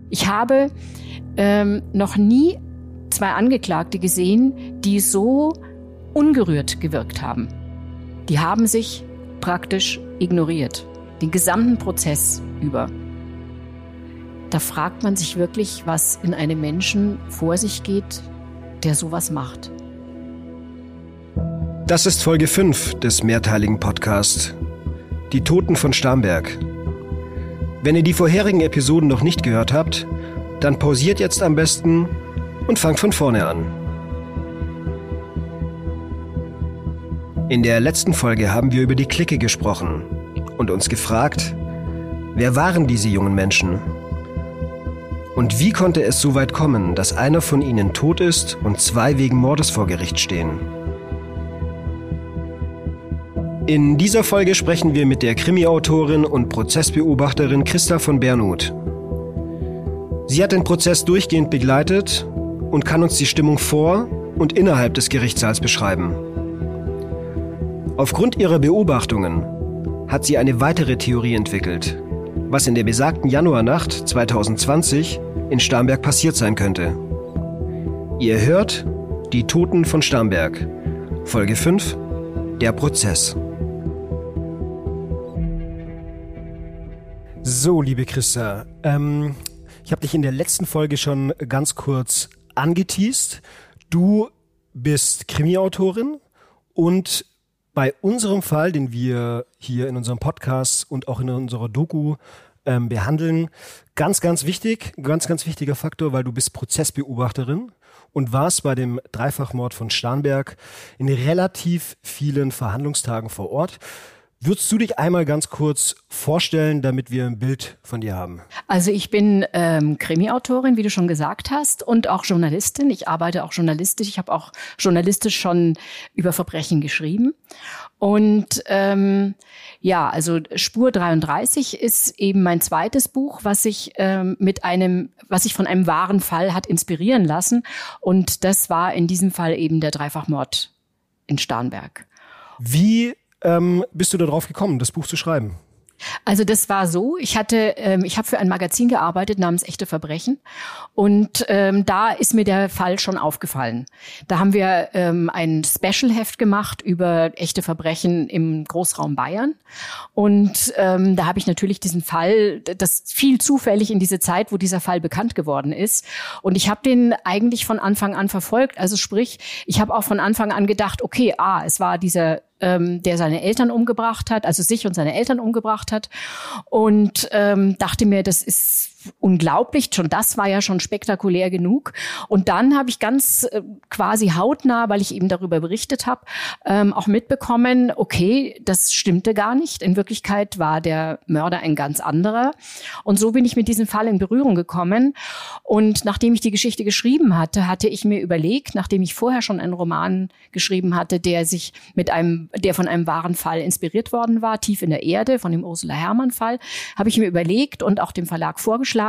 Ich habe noch nie zwei Angeklagte gesehen, die so ungerührt gewirkt haben. Die haben sich praktisch ignoriert, den gesamten Prozess über. Da fragt man sich wirklich, was in einem Menschen vor sich geht, der sowas macht. Das ist Folge 5 des mehrteiligen Podcasts Die Toten von Starnberg. Wenn ihr die vorherigen Episoden noch nicht gehört habt, dann pausiert jetzt am besten und fangt von vorne an. In der letzten Folge haben wir über die Clique gesprochen und uns gefragt, wer waren diese jungen Menschen? Und wie konnte es so weit kommen, dass einer von ihnen tot ist und zwei wegen Mordes vor Gericht stehen? In dieser Folge sprechen wir mit der Krimi-Autorin und Prozessbeobachterin Christa von Bernhut. Sie hat den Prozess durchgehend begleitet und kann uns die Stimmung vor und innerhalb des Gerichtssaals beschreiben. Aufgrund ihrer Beobachtungen hat sie eine weitere Theorie entwickelt, was in der besagten Januarnacht 2020 in Starnberg passiert sein könnte. Ihr hört Die Toten von Starnberg, Folge 5, der Prozess. So, liebe Christa, ich habe dich in der letzten Folge schon ganz kurz angeteast. Du bist Krimi-Autorin und bei unserem Fall, den wir hier in unserem Podcast und auch in unserer Doku behandeln, ganz wichtiger Faktor, weil du bist Prozessbeobachterin und warst bei dem Dreifachmord von Starnberg in relativ vielen Verhandlungstagen vor Ort. Würdest du dich einmal ganz kurz vorstellen, damit wir ein Bild von dir haben? Also ich bin Krimi-Autorin, wie du schon gesagt hast, und auch Journalistin. Ich arbeite auch journalistisch. Ich habe auch journalistisch schon über Verbrechen geschrieben. Und also Spur 33 ist eben mein zweites Buch, was sich von einem wahren Fall hat inspirieren lassen. Und das war in diesem Fall eben der Dreifachmord in Starnberg. Wie bist du darauf gekommen, das Buch zu schreiben? Also das war so, ich habe für ein Magazin gearbeitet namens Echte Verbrechen und da ist mir der Fall schon aufgefallen. Da haben wir ein Special-Heft gemacht über echte Verbrechen im Großraum Bayern und da habe ich natürlich diesen Fall, das fiel zufällig in diese Zeit, wo dieser Fall bekannt geworden ist und ich habe den eigentlich von Anfang an verfolgt. Also sprich, ich habe auch von Anfang an gedacht, okay, es war dieser der seine Eltern umgebracht hat, also sich und seine Eltern umgebracht hat und dachte mir, das ist unglaublich, schon das war ja schon spektakulär genug. Und dann habe ich ganz quasi hautnah, weil ich eben darüber berichtet habe, auch mitbekommen, okay, das stimmte gar nicht. In Wirklichkeit war der Mörder ein ganz anderer. Und so bin ich mit diesem Fall in Berührung gekommen. Und nachdem ich die Geschichte geschrieben hatte, hatte ich mir überlegt, nachdem ich vorher schon einen Roman geschrieben hatte, der von einem wahren Fall inspiriert worden war, Tief in der Erde, von dem Ursula Herrmann-Fall, habe ich mir überlegt und auch dem Verlag vorgeschlagen,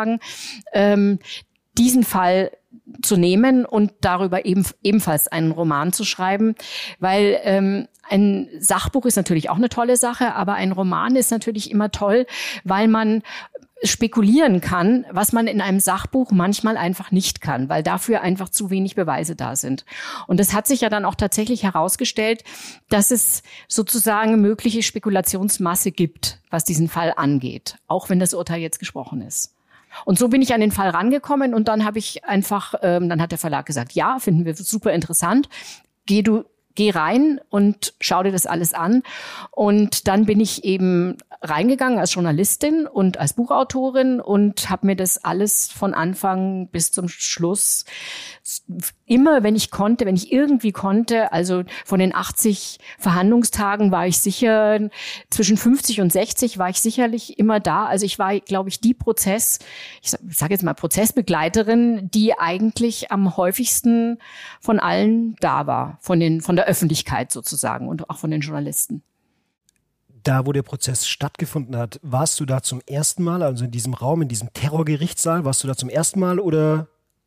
diesen Fall zu nehmen und darüber ebenfalls einen Roman zu schreiben, weil ein Sachbuch ist natürlich auch eine tolle Sache, aber ein Roman ist natürlich immer toll, weil man spekulieren kann, was man in einem Sachbuch manchmal einfach nicht kann, weil dafür einfach zu wenig Beweise da sind. Und das hat sich ja dann auch tatsächlich herausgestellt, dass es sozusagen mögliche Spekulationsmasse gibt, was diesen Fall angeht, auch wenn das Urteil jetzt gesprochen ist. Und so bin ich an den Fall rangekommen und dann habe ich einfach, dann hat der Verlag gesagt, ja, finden wir super interessant, geh rein und schau dir das alles an. Und dann bin ich eben reingegangen als Journalistin und als Buchautorin und habe mir das alles von Anfang bis zum Schluss immer, wenn ich irgendwie konnte, also von den 80 Verhandlungstagen war ich sicher, zwischen 50 und 60 war ich sicherlich immer da. Also ich war, glaube ich, ich sage jetzt mal Prozessbegleiterin, die eigentlich am häufigsten von allen da war, von der Öffentlichkeit sozusagen und auch von den Journalisten. Da, wo der Prozess stattgefunden hat, warst du da zum ersten Mal, also in diesem Raum, in diesem Terrorgerichtssaal, warst du da zum ersten Mal oder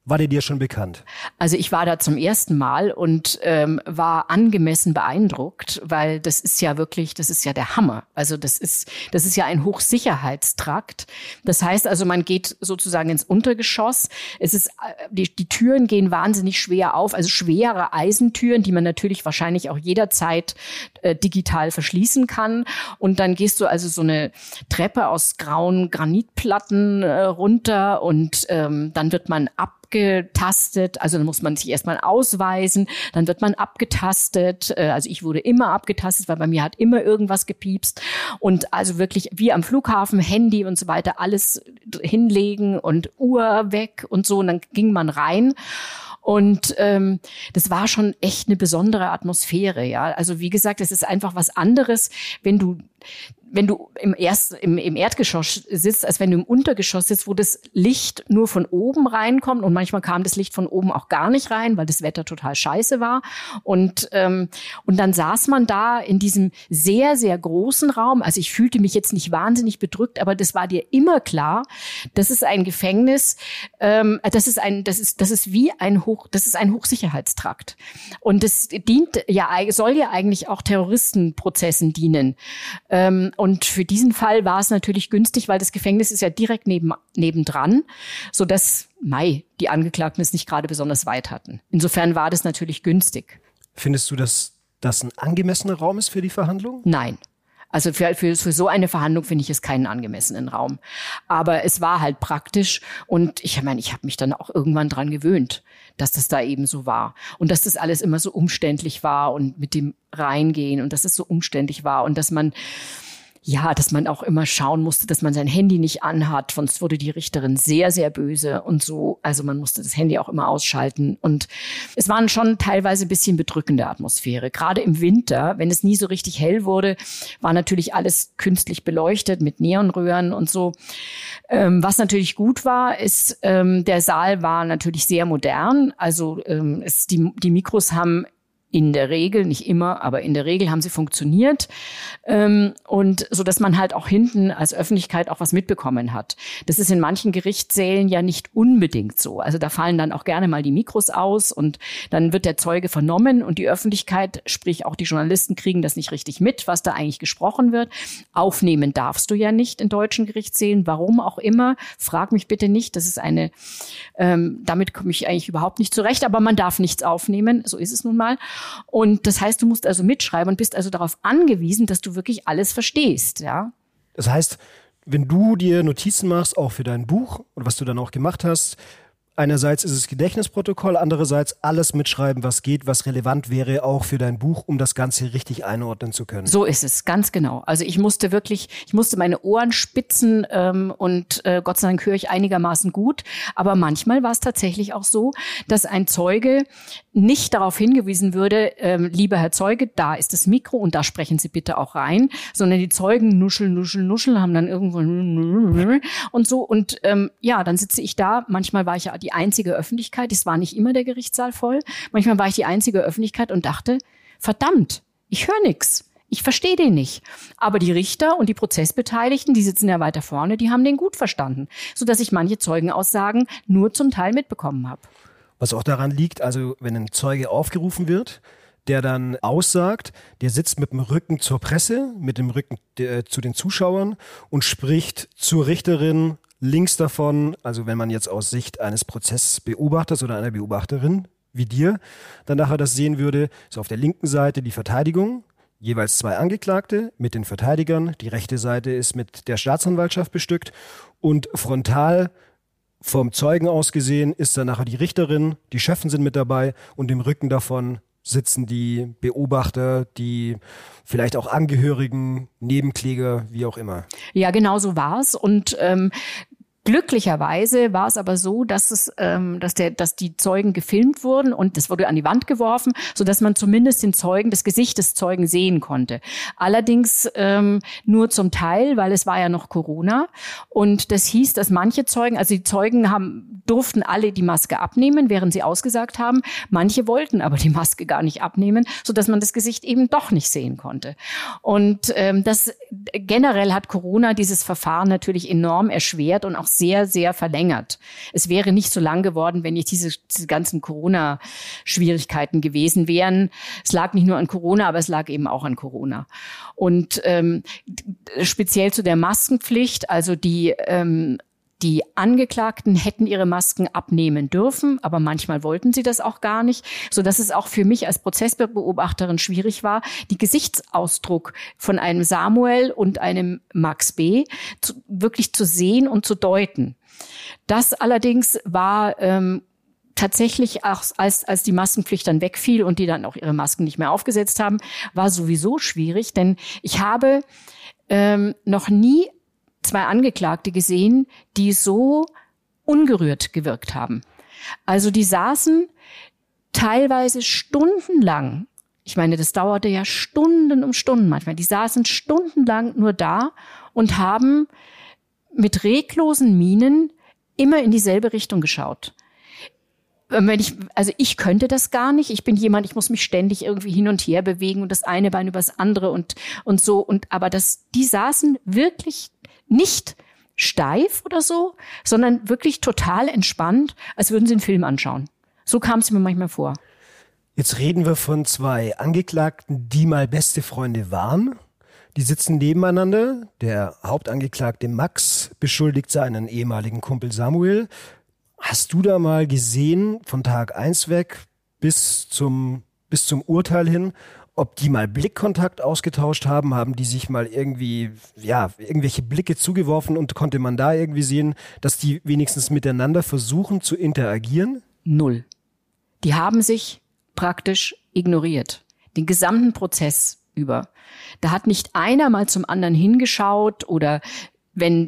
War der dir schon bekannt? Also ich war da zum ersten Mal und war angemessen beeindruckt, weil das ist ja der Hammer. Also das ist ja ein Hochsicherheitstrakt. Das heißt also, man geht sozusagen ins Untergeschoss. Es ist die Türen gehen wahnsinnig schwer auf, also schwere Eisentüren, die man natürlich wahrscheinlich auch jederzeit digital verschließen kann. Und dann gehst du also so eine Treppe aus grauen Granitplatten runter und dann wird man abgetastet, also dann muss man sich erstmal ausweisen, dann wird man abgetastet, also ich wurde immer abgetastet, weil bei mir hat immer irgendwas gepiepst und also wirklich wie am Flughafen, Handy und so weiter, alles hinlegen und Uhr weg und so und dann ging man rein. Und das war schon echt eine besondere Atmosphäre, ja. Also wie gesagt, es ist einfach was anderes, wenn du im Erdgeschoss sitzt, als wenn du im Untergeschoss sitzt, wo das Licht nur von oben reinkommt und manchmal kam das Licht von oben auch gar nicht rein, weil das Wetter total scheiße war und dann saß man da in diesem sehr, sehr großen Raum, also ich fühlte mich jetzt nicht wahnsinnig bedrückt, aber das war dir immer klar, das ist ein Gefängnis, das ist ein Hochsicherheitstrakt und das soll ja eigentlich auch Terroristenprozessen dienen. Und für diesen Fall war es natürlich günstig, weil das Gefängnis ist ja direkt nebendran, sodass die Angeklagten es nicht gerade besonders weit hatten. Insofern war das natürlich günstig. Findest du, dass das ein angemessener Raum ist für die Verhandlung? Nein. Also für so eine Verhandlung finde ich es keinen angemessenen Raum. Aber es war halt praktisch und ich habe mich dann auch irgendwann dran gewöhnt, dass das da eben so war. Und dass das alles immer so umständlich war und mit dem Reingehen und dass es so umständlich war und dass man auch immer schauen musste, dass man sein Handy nicht anhat, sonst wurde die Richterin sehr, sehr böse und so. Also man musste das Handy auch immer ausschalten und es waren schon teilweise ein bisschen bedrückende Atmosphäre. Gerade im Winter, wenn es nie so richtig hell wurde, war natürlich alles künstlich beleuchtet mit Neonröhren und so. Was natürlich gut war, ist, der Saal war natürlich sehr modern. Also die Mikros haben in der Regel, nicht immer, aber in der Regel haben sie funktioniert und so, dass man halt auch hinten als Öffentlichkeit auch was mitbekommen hat. Das ist in manchen Gerichtssälen ja nicht unbedingt so. Also da fallen dann auch gerne mal die Mikros aus und dann wird der Zeuge vernommen und die Öffentlichkeit, sprich auch die Journalisten, kriegen das nicht richtig mit, was da eigentlich gesprochen wird. Aufnehmen darfst du ja nicht in deutschen Gerichtssälen, warum auch immer. Frag mich bitte nicht, das ist damit komme ich eigentlich überhaupt nicht zurecht, aber man darf nichts aufnehmen, so ist es nun mal. Und das heißt, du musst also mitschreiben und bist also darauf angewiesen, dass du wirklich alles verstehst, ja. Das heißt, wenn du dir Notizen machst, auch für dein Buch und was du dann auch gemacht hast, einerseits ist es Gedächtnisprotokoll, andererseits alles mitschreiben, was geht, was relevant wäre, auch für dein Buch, um das Ganze richtig einordnen zu können. So ist es, ganz genau. Also ich musste meine Ohren spitzen und Gott sei Dank höre ich einigermaßen gut. Aber manchmal war es tatsächlich auch so, dass ein Zeuge nicht darauf hingewiesen würde, lieber Herr Zeuge, da ist das Mikro und da sprechen Sie bitte auch rein, sondern die Zeugen nuscheln, haben dann irgendwo und so. Und dann sitze ich da. Manchmal war ich ja die einzige Öffentlichkeit. Es war nicht immer der Gerichtssaal voll. Manchmal war ich die einzige Öffentlichkeit und dachte, verdammt, ich höre nix. Ich verstehe den nicht. Aber die Richter und die Prozessbeteiligten, die sitzen ja weiter vorne, die haben den gut verstanden, sodass ich manche Zeugenaussagen nur zum Teil mitbekommen habe. Was auch daran liegt, also wenn ein Zeuge aufgerufen wird, der dann aussagt, der sitzt mit dem Rücken zur Presse, mit dem Rücken zu den Zuschauern und spricht zur Richterin links davon, also wenn man jetzt aus Sicht eines Prozessbeobachters oder einer Beobachterin wie dir dann nachher das sehen würde, ist auf der linken Seite die Verteidigung, jeweils 2 Angeklagte mit den Verteidigern, die rechte Seite ist mit der Staatsanwaltschaft bestückt und frontal vom Zeugen aus gesehen ist dann nachher die Richterin, die Schöffen sind mit dabei und im Rücken davon sitzen die Beobachter, die vielleicht auch Angehörigen, Nebenkläger, wie auch immer. Ja, genau so war's und glücklicherweise war es aber so, dass die Zeugen gefilmt wurden und das wurde an die Wand geworfen, so dass man zumindest das Gesicht des Zeugen sehen konnte. Allerdings nur zum Teil, weil es war ja noch Corona und das hieß, dass manche Zeugen, also die Zeugen durften alle die Maske abnehmen, während sie ausgesagt haben. Manche wollten aber die Maske gar nicht abnehmen, so dass man das Gesicht eben doch nicht sehen konnte. Und das generell hat Corona dieses Verfahren natürlich enorm erschwert und auch sehr, sehr verlängert. Es wäre nicht so lang geworden, wenn nicht diese ganzen Corona-Schwierigkeiten gewesen wären. Es lag nicht nur an Corona, aber es lag eben auch an Corona. Und speziell zu der Maskenpflicht, also die Angeklagten hätten ihre Masken abnehmen dürfen, aber manchmal wollten sie das auch gar nicht, so dass es auch für mich als Prozessbeobachterin schwierig war, die Gesichtsausdruck von einem Samuel und einem Max B. wirklich zu sehen und zu deuten. Das allerdings war tatsächlich auch, als die Maskenpflicht dann wegfiel und die dann auch ihre Masken nicht mehr aufgesetzt haben, war sowieso schwierig, denn ich habe noch nie 2 Angeklagte gesehen, die so ungerührt gewirkt haben. Also die saßen teilweise stundenlang, ich meine, das dauerte ja Stunden um Stunden manchmal, die saßen stundenlang nur da und haben mit reglosen Mienen immer in dieselbe Richtung geschaut. Ich könnte das gar nicht. Ich bin jemand, ich muss mich ständig irgendwie hin und her bewegen und das eine Bein übers andere und so. Aber die saßen wirklich nicht steif oder so, sondern wirklich total entspannt, als würden sie einen Film anschauen. So kam es mir manchmal vor. Jetzt reden wir von 2 Angeklagten, die mal beste Freunde waren. Die sitzen nebeneinander. Der Hauptangeklagte Max beschuldigt seinen ehemaligen Kumpel Samuel. Hast du da mal gesehen, von Tag 1 weg bis zum Urteil hin, ob die mal Blickkontakt ausgetauscht haben? Haben die sich mal irgendwie, irgendwelche Blicke zugeworfen und konnte man da irgendwie sehen, dass die wenigstens miteinander versuchen zu interagieren? 0. Die haben sich praktisch ignoriert. Den gesamten Prozess über. Da hat nicht einer mal zum anderen hingeschaut oder wenn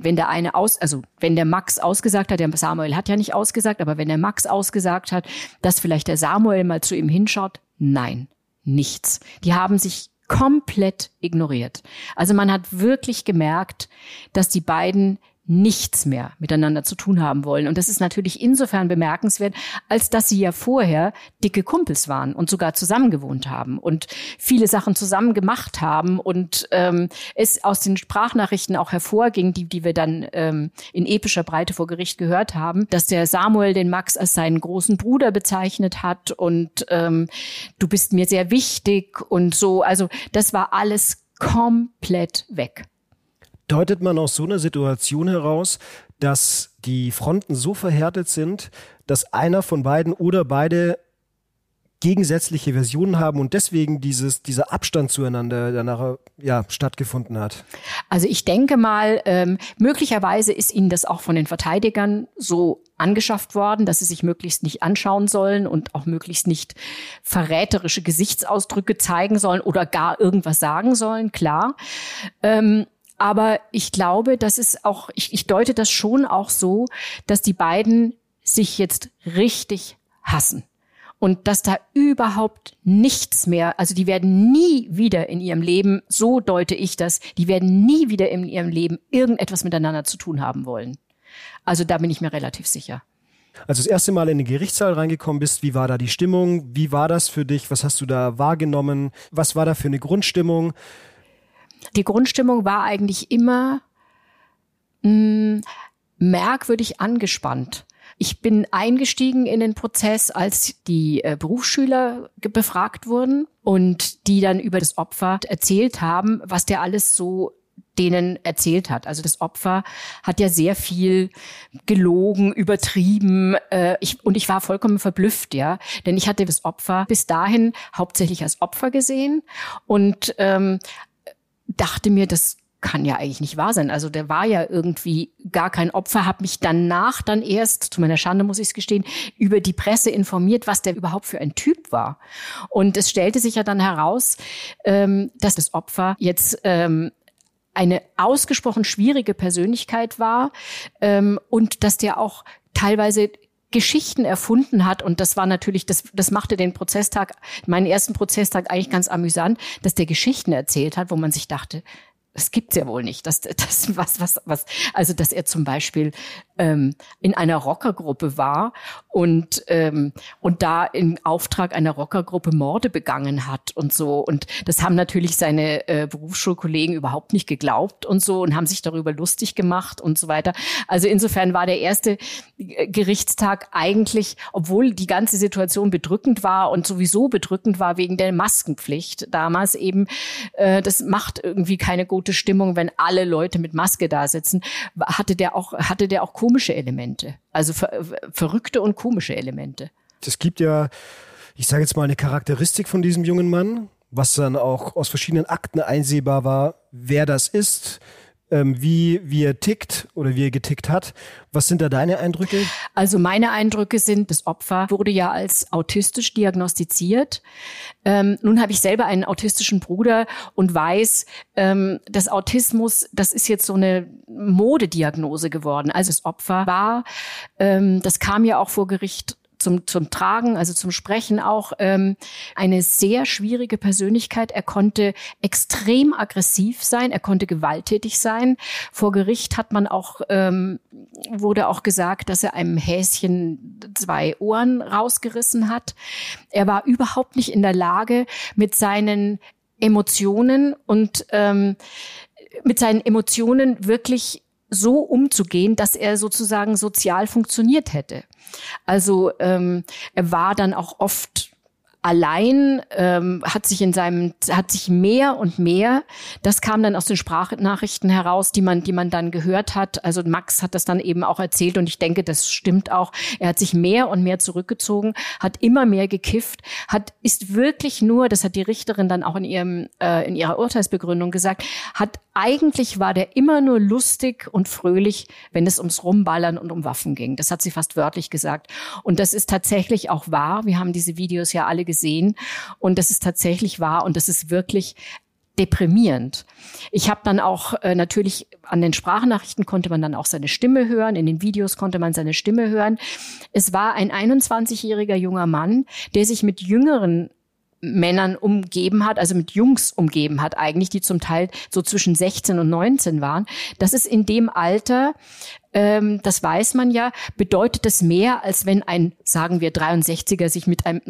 der Max ausgesagt hat, der Samuel hat ja nicht ausgesagt, aber wenn der Max ausgesagt hat, dass vielleicht der Samuel mal zu ihm hinschaut, nein, nichts. Die haben sich komplett ignoriert. Also man hat wirklich gemerkt, dass die beiden nichts mehr miteinander zu tun haben wollen. Und das ist natürlich insofern bemerkenswert, als dass sie ja vorher dicke Kumpels waren und sogar zusammen gewohnt haben und viele Sachen zusammen gemacht haben und es aus den Sprachnachrichten auch hervorging, die wir dann in epischer Breite vor Gericht gehört haben, dass der Samuel den Max als seinen großen Bruder bezeichnet hat und du bist mir sehr wichtig und so. Also das war alles komplett weg. Deutet man aus so einer Situation heraus, dass die Fronten so verhärtet sind, dass einer von beiden oder beide gegensätzliche Versionen haben und deswegen dieser Abstand zueinander danach stattgefunden hat? Also ich denke mal, möglicherweise ist ihnen das auch von den Verteidigern so angeschafft worden, dass sie sich möglichst nicht anschauen sollen und auch möglichst nicht verräterische Gesichtsausdrücke zeigen sollen oder gar irgendwas sagen sollen, klar. Aber ich glaube, dass es auch, ich deute das schon auch so, dass die beiden sich jetzt richtig hassen. Und dass da überhaupt nichts mehr, also die werden nie wieder in ihrem Leben, so deute ich das, die werden nie wieder in ihrem Leben irgendetwas miteinander zu tun haben wollen. Also da bin ich mir relativ sicher. Als du das erste Mal in den Gerichtssaal reingekommen bist, wie war da die Stimmung? Wie war das für dich? Was hast du da wahrgenommen? Was war da für eine Grundstimmung? Die Grundstimmung war eigentlich immer merkwürdig angespannt. Ich bin eingestiegen in den Prozess, als die Berufsschüler befragt wurden und die dann über das Opfer erzählt haben, was der alles so denen erzählt hat. Also das Opfer hat ja sehr viel gelogen, übertrieben. Ich war vollkommen verblüfft, ja, denn ich hatte das Opfer bis dahin hauptsächlich als Opfer gesehen und dachte mir, das kann ja eigentlich nicht wahr sein. Also der war ja irgendwie gar kein Opfer, habe mich danach dann erst, zu meiner Schande muss ich es gestehen, über die Presse informiert, was der überhaupt für ein Typ war. Und es stellte sich ja dann heraus, dass das Opfer jetzt eine ausgesprochen schwierige Persönlichkeit war und dass der auch teilweise Geschichten erfunden hat. Und das war natürlich, das machte den Prozesstag, meinen ersten Prozesstag eigentlich ganz amüsant, dass der Geschichten erzählt hat, wo man sich dachte, Das gibt's ja wohl nicht. Also dass er zum Beispiel in einer Rockergruppe war und da im Auftrag einer Rockergruppe Morde begangen hat und so. Und das haben natürlich seine Berufsschulkollegen überhaupt nicht geglaubt und so und haben sich darüber lustig gemacht und so weiter. Also insofern war der erste Gerichtstag eigentlich, obwohl die ganze Situation bedrückend war und sowieso bedrückend war wegen der Maskenpflicht damals eben, das macht irgendwie keine gute Stimmung, wenn alle Leute mit Maske da sitzen, hatte der auch komische Elemente, also verrückte und komische Elemente. Es gibt ja, ich sage jetzt mal, eine Charakteristik von diesem jungen Mann, was dann auch aus verschiedenen Akten einsehbar war, wer das ist, wie er tickt oder wie er getickt hat. Was sind da deine Eindrücke? Also meine Eindrücke sind, das Opfer wurde ja als autistisch diagnostiziert. Nun habe ich selber einen autistischen Bruder und weiß, dass Autismus, das ist jetzt so eine Modediagnose geworden. Also das Opfer war, das kam ja auch vor Gericht zum Tragen, also zum Sprechen auch, eine sehr schwierige Persönlichkeit. Er konnte extrem aggressiv sein, er konnte gewalttätig sein. Vor Gericht hat man auch, wurde auch gesagt, dass er einem Häschen 2 Ohren rausgerissen hat. Er war überhaupt nicht in der Lage, mit seinen Emotionen und mit seinen Emotionen wirklich so umzugehen, dass er sozusagen sozial funktioniert hätte. Also er war dann auch oft allein, hat sich mehr und mehr, das kam dann aus den Sprachnachrichten heraus, die man dann gehört hat. Also Max hat das dann eben auch erzählt und ich denke, das stimmt auch. Er hat sich mehr und mehr zurückgezogen, hat immer mehr gekifft, ist wirklich nur, das hat die Richterin dann auch in ihrer Urteilsbegründung gesagt, eigentlich war der immer nur lustig und fröhlich, wenn es ums Rumballern und um Waffen ging. Das hat sie fast wörtlich gesagt. Und das ist tatsächlich auch wahr. Wir haben diese Videos ja alle gesehen. Und das ist tatsächlich wahr. Und das ist wirklich deprimierend. Ich habe dann auch natürlich an den Sprachnachrichten konnte man dann auch seine Stimme hören. In den Videos konnte man seine Stimme hören. Es war ein 21-jähriger junger Mann, der sich mit jüngeren Männern umgeben hat, also mit Jungs umgeben hat eigentlich, die zum Teil so zwischen 16 und 19 waren. Das ist in dem Alter, das weiß man ja, bedeutet das mehr, als wenn ein, sagen wir, 63-Jähriger sich mit einem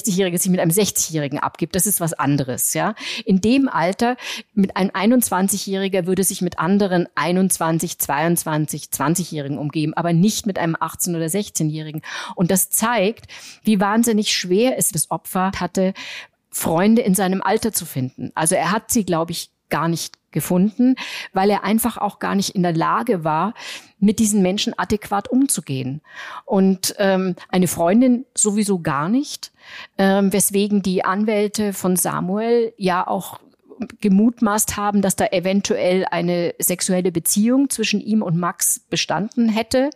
60-Jährigen abgibt. Das ist was anderes, ja. In dem Alter, mit einem 21-Jähriger würde sich mit anderen 21, 22, 20-Jährigen umgeben, aber nicht mit einem 18- oder 16-Jährigen. Und das zeigt, wie wahnsinnig schwer es das Opfer hatte, Freunde in seinem Alter zu finden. Also er hat sie, glaube ich, gar nicht gefunden, weil er einfach auch gar nicht in der Lage war, mit diesen Menschen adäquat umzugehen. Und eine Freundin sowieso gar nicht, weswegen die Anwälte von Samuel ja auch gemutmaßt haben, dass da eventuell eine sexuelle Beziehung zwischen ihm und Max bestanden hätte.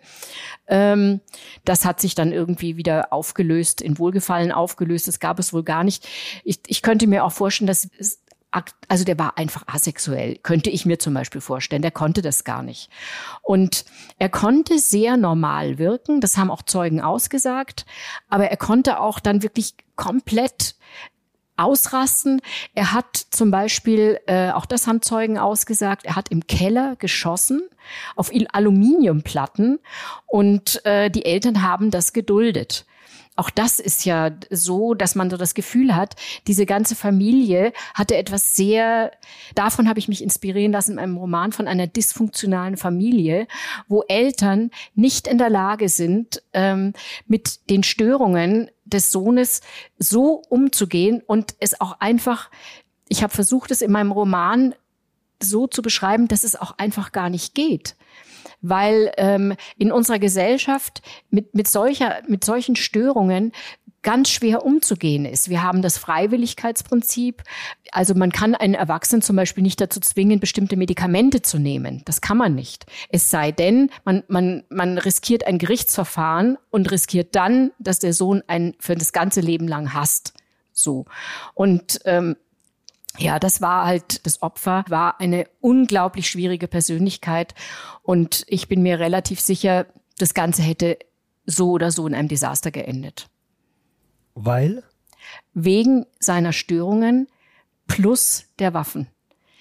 Das hat sich dann irgendwie wieder aufgelöst, in Wohlgefallen aufgelöst. Das gab es wohl gar nicht. Ich könnte mir auch vorstellen, dass also der war einfach asexuell, könnte ich mir zum Beispiel vorstellen. Der konnte das gar nicht. Und er konnte sehr normal wirken, das haben auch Zeugen ausgesagt, aber er konnte auch dann wirklich komplett ausrasten. Er hat zum Beispiel, auch das haben Zeugen ausgesagt, er hat im Keller geschossen auf Aluminiumplatten und die Eltern haben das geduldet. Auch das ist ja so, dass man so das Gefühl hat, diese ganze Familie hatte etwas sehr, davon habe ich mich inspirieren lassen in einem Roman von einer dysfunktionalen Familie, wo Eltern nicht in der Lage sind, mit den Störungen des Sohnes so umzugehen und es auch einfach, ich habe versucht, es in meinem Roman so zu beschreiben, dass es auch einfach gar nicht geht. Weil in unserer Gesellschaft mit solchen Störungen ganz schwer umzugehen ist. Wir haben das Freiwilligkeitsprinzip. Also man kann einen Erwachsenen zum Beispiel nicht dazu zwingen, bestimmte Medikamente zu nehmen. Das kann man nicht. Es sei denn, man riskiert ein Gerichtsverfahren und riskiert dann, dass der Sohn einen für das ganze Leben lang hasst. So. Und ja, das Opfer war eine unglaublich schwierige Persönlichkeit und ich bin mir relativ sicher, das Ganze hätte so oder so in einem Desaster geendet. Weil? Wegen seiner Störungen plus der Waffen.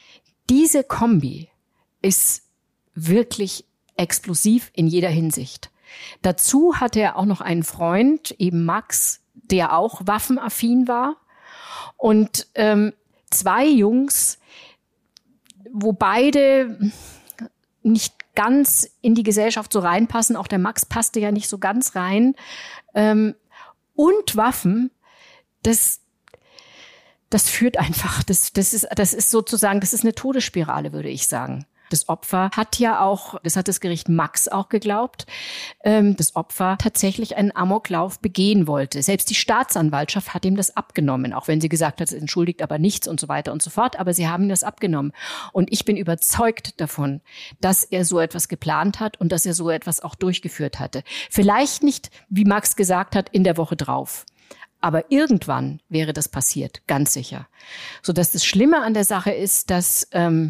diese Kombi ist wirklich explosiv in jeder Hinsicht. Dazu hatte er auch noch einen Freund, eben Max, der auch waffenaffin war. Und 2 Jungs, wo beide nicht ganz in die Gesellschaft so reinpassen. Auch der Max passte ja nicht so ganz rein. Und Waffen, das führt einfach, das ist sozusagen, das ist eine Todesspirale, würde ich sagen. Das Opfer hat ja auch, das hat das Gericht Max auch geglaubt, das Opfer tatsächlich einen Amoklauf begehen wollte. Selbst die Staatsanwaltschaft hat ihm das abgenommen, auch wenn sie gesagt hat, es entschuldigt aber nichts und so weiter und so fort. Aber sie haben ihm das abgenommen. Und ich bin überzeugt davon, dass er so etwas geplant hat und dass er so etwas auch durchgeführt hatte. Vielleicht nicht, wie Max gesagt hat, in der Woche drauf. Aber irgendwann wäre das passiert, ganz sicher. Sodass das Schlimme an der Sache ist, dass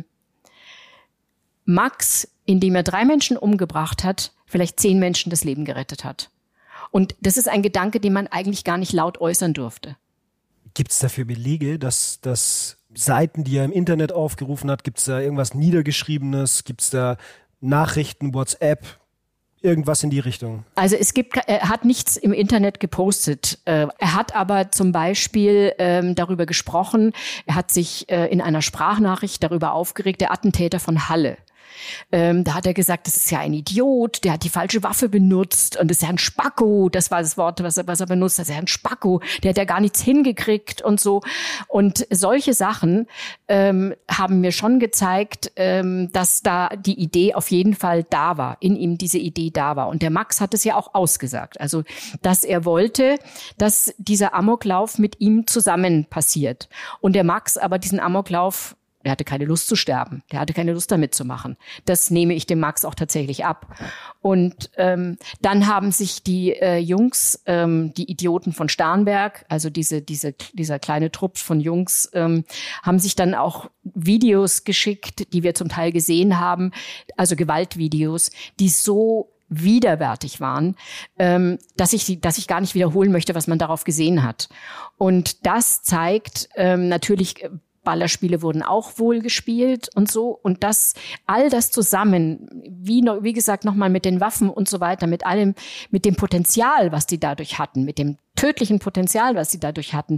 Max, indem er 3 Menschen umgebracht hat, vielleicht 10 Menschen das Leben gerettet hat. Und das ist ein Gedanke, den man eigentlich gar nicht laut äußern dürfte. Gibt es dafür Belege, dass Seiten, die er im Internet aufgerufen hat, gibt es da irgendwas Niedergeschriebenes, gibt es da Nachrichten, WhatsApp, irgendwas in die Richtung? Also er hat nichts im Internet gepostet. Er hat aber zum Beispiel darüber gesprochen, er hat sich in einer Sprachnachricht darüber aufgeregt, der Attentäter von Halle. Da hat er gesagt, das ist ja ein Idiot, der hat die falsche Waffe benutzt und das ist ja ein Spacko, das war das Wort, was er benutzt, das ist ja ein Spacko, der hat ja gar nichts hingekriegt und so. Und solche Sachen haben mir schon gezeigt, dass da die Idee auf jeden Fall da war, in ihm diese Idee da war. Und der Max hat es ja auch ausgesagt, also dass er wollte, dass dieser Amoklauf mit ihm zusammen passiert. Und der Max aber diesen Amoklauf, der hatte keine Lust zu sterben. Der hatte keine Lust damit zu machen. Das nehme ich dem Max auch tatsächlich ab. Und dann haben sich die Jungs, die Idioten von Starnberg, also dieser kleine Trupp von Jungs, haben sich dann auch Videos geschickt, die wir zum Teil gesehen haben, also Gewaltvideos, die so widerwärtig waren, dass ich gar nicht wiederholen möchte, was man darauf gesehen hat. Und das zeigt natürlich, Ballerspiele wurden auch wohl gespielt und so. Und all das zusammen, wie gesagt, nochmal mit den Waffen und so weiter, mit allem, mit dem Potenzial, was die dadurch hatten, mit dem tödlichen Potenzial, was sie dadurch hatten,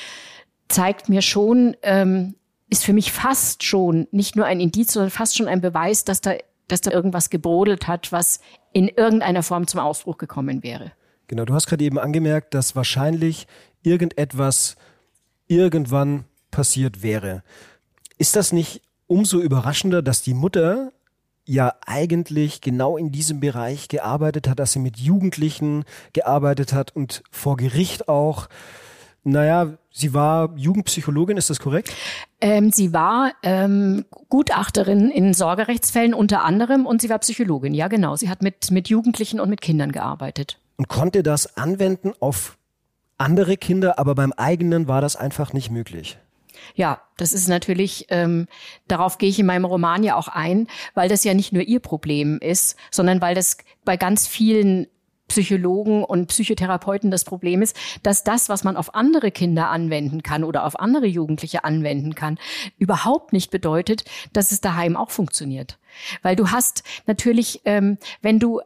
zeigt mir schon, ist für mich fast schon nicht nur ein Indiz, sondern fast schon ein Beweis, dass da irgendwas gebrodelt hat, was in irgendeiner Form zum Ausbruch gekommen wäre. Genau, du hast gerade eben angemerkt, dass wahrscheinlich irgendetwas irgendwann passiert wäre. Ist das nicht umso überraschender, dass die Mutter ja eigentlich genau in diesem Bereich gearbeitet hat, dass sie mit Jugendlichen gearbeitet hat und vor Gericht auch? Naja, sie war Jugendpsychologin, ist das korrekt? Sie war Gutachterin in Sorgerechtsfällen unter anderem und sie war Psychologin, ja genau. Sie hat mit Jugendlichen und mit Kindern gearbeitet. Und konnte das anwenden auf andere Kinder, aber beim eigenen war das einfach nicht möglich? Ja, das ist natürlich, darauf gehe ich in meinem Roman ja auch ein, weil das ja nicht nur ihr Problem ist, sondern weil das bei ganz vielen Psychologen und Psychotherapeuten das Problem ist, dass das, was man auf andere Kinder anwenden kann oder auf andere Jugendliche anwenden kann, überhaupt nicht bedeutet, dass es daheim auch funktioniert. Weil du hast natürlich, wenn du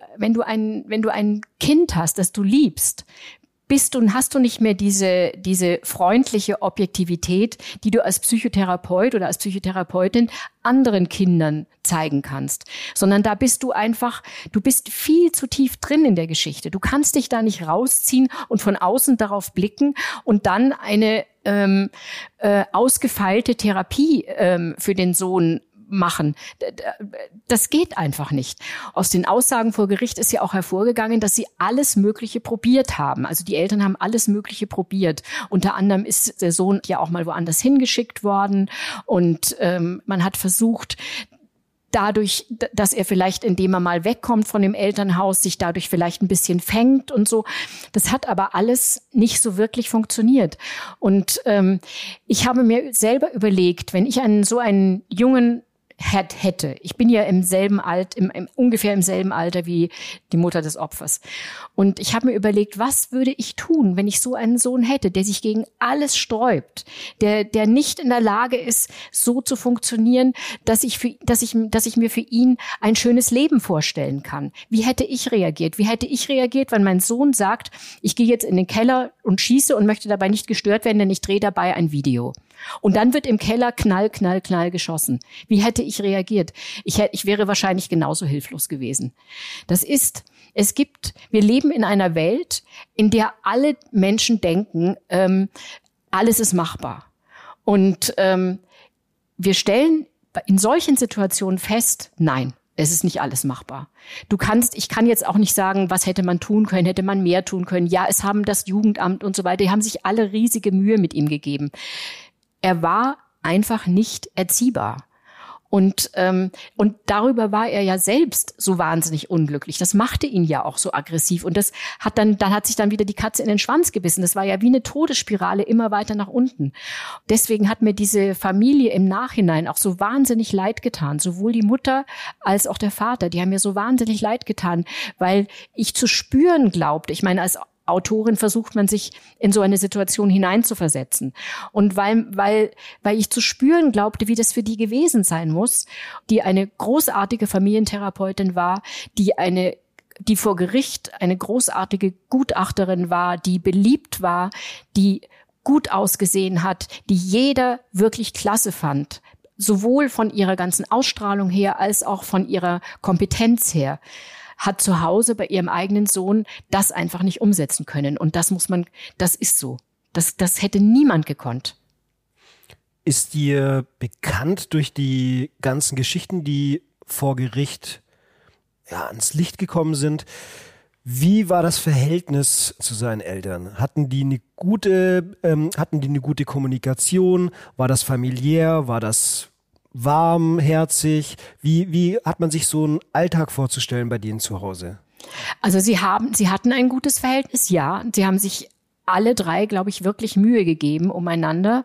ein Kind hast, das du liebst, hast du nicht mehr diese freundliche Objektivität, die du als Psychotherapeut oder als Psychotherapeutin anderen Kindern zeigen kannst, sondern da bist du bist viel zu tief drin in der Geschichte. Du kannst dich da nicht rausziehen und von außen darauf blicken und dann eine ausgefeilte Therapie für den Sohn machen. Das geht einfach nicht. Aus den Aussagen vor Gericht ist ja auch hervorgegangen, dass sie alles Mögliche probiert haben. Also die Eltern haben alles Mögliche probiert. Unter anderem ist der Sohn ja auch mal woanders hingeschickt worden und man hat versucht, dadurch, dass er vielleicht, indem er mal wegkommt von dem Elternhaus, sich dadurch vielleicht ein bisschen fängt und so. Das hat aber alles nicht so wirklich funktioniert. Und ich habe mir selber überlegt, wenn ich so einen jungen hätte. Ich bin ja ungefähr im selben Alter wie die Mutter des Opfers. Und ich habe mir überlegt, was würde ich tun, wenn ich so einen Sohn hätte, der sich gegen alles sträubt, der nicht in der Lage ist, so zu funktionieren, dass ich mir für ihn ein schönes Leben vorstellen kann. Wie hätte ich reagiert? Wie hätte ich reagiert, wenn mein Sohn sagt, ich gehe jetzt in den Keller und schieße und möchte dabei nicht gestört werden, denn ich drehe dabei ein Video. Und dann wird im Keller Knall, Knall, Knall geschossen. Wie hätte ich reagiert? Ich wäre wahrscheinlich genauso hilflos gewesen. Wir leben in einer Welt, in der alle Menschen denken, alles ist machbar. Und wir stellen in solchen Situationen fest, nein, es ist nicht alles machbar. Ich kann jetzt auch nicht sagen, was hätte man tun können, hätte man mehr tun können. Ja, es haben das Jugendamt und so weiter, die haben sich alle riesige Mühe mit ihm gegeben. Er war einfach nicht erziehbar. Und darüber war er ja selbst so wahnsinnig unglücklich. Das machte ihn ja auch so aggressiv. Und das hat sich dann wieder die Katze in den Schwanz gebissen. Das war ja wie eine Todesspirale immer weiter nach unten. Deswegen hat mir diese Familie im Nachhinein auch so wahnsinnig leid getan. Sowohl die Mutter als auch der Vater. Die haben mir so wahnsinnig leid getan, weil ich zu spüren glaubte. Ich meine, als Autorin versucht man sich in so eine Situation hineinzuversetzen. Und weil ich zu spüren glaubte, wie das für die gewesen sein muss, die eine großartige Familientherapeutin war, die vor Gericht eine großartige Gutachterin war, die beliebt war, die gut ausgesehen hat, die jeder wirklich klasse fand, sowohl von ihrer ganzen Ausstrahlung her als auch von ihrer Kompetenz her, hat zu Hause bei ihrem eigenen Sohn das einfach nicht umsetzen können. Und das ist so. Das hätte niemand gekonnt. Ist dir bekannt durch die ganzen Geschichten, die vor Gericht ans Licht gekommen sind, wie war das Verhältnis zu seinen Eltern? Hatten die eine gute Kommunikation? War das familiär? War das warmherzig? Wie hat man sich so einen Alltag vorzustellen bei denen zu Hause? Also sie hatten ein gutes Verhältnis, ja. Sie haben sich alle drei, glaube ich, wirklich Mühe gegeben umeinander.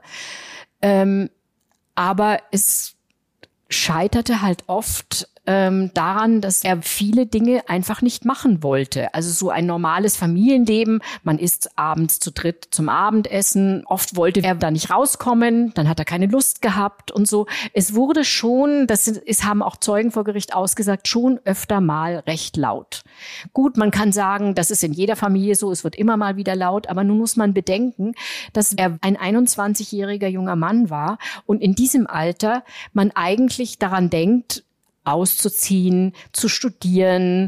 Aber es scheiterte halt oft daran, dass er viele Dinge einfach nicht machen wollte. Also so ein normales Familienleben, man isst abends zu dritt zum Abendessen, oft wollte er da nicht rauskommen, dann hat er keine Lust gehabt und so. Es wurde schon, haben auch Zeugen vor Gericht ausgesagt, schon öfter mal recht laut. Gut, man kann sagen, das ist in jeder Familie so, es wird immer mal wieder laut, aber nun muss man bedenken, dass er ein 21-jähriger junger Mann war und in diesem Alter man eigentlich daran denkt, auszuziehen, zu studieren.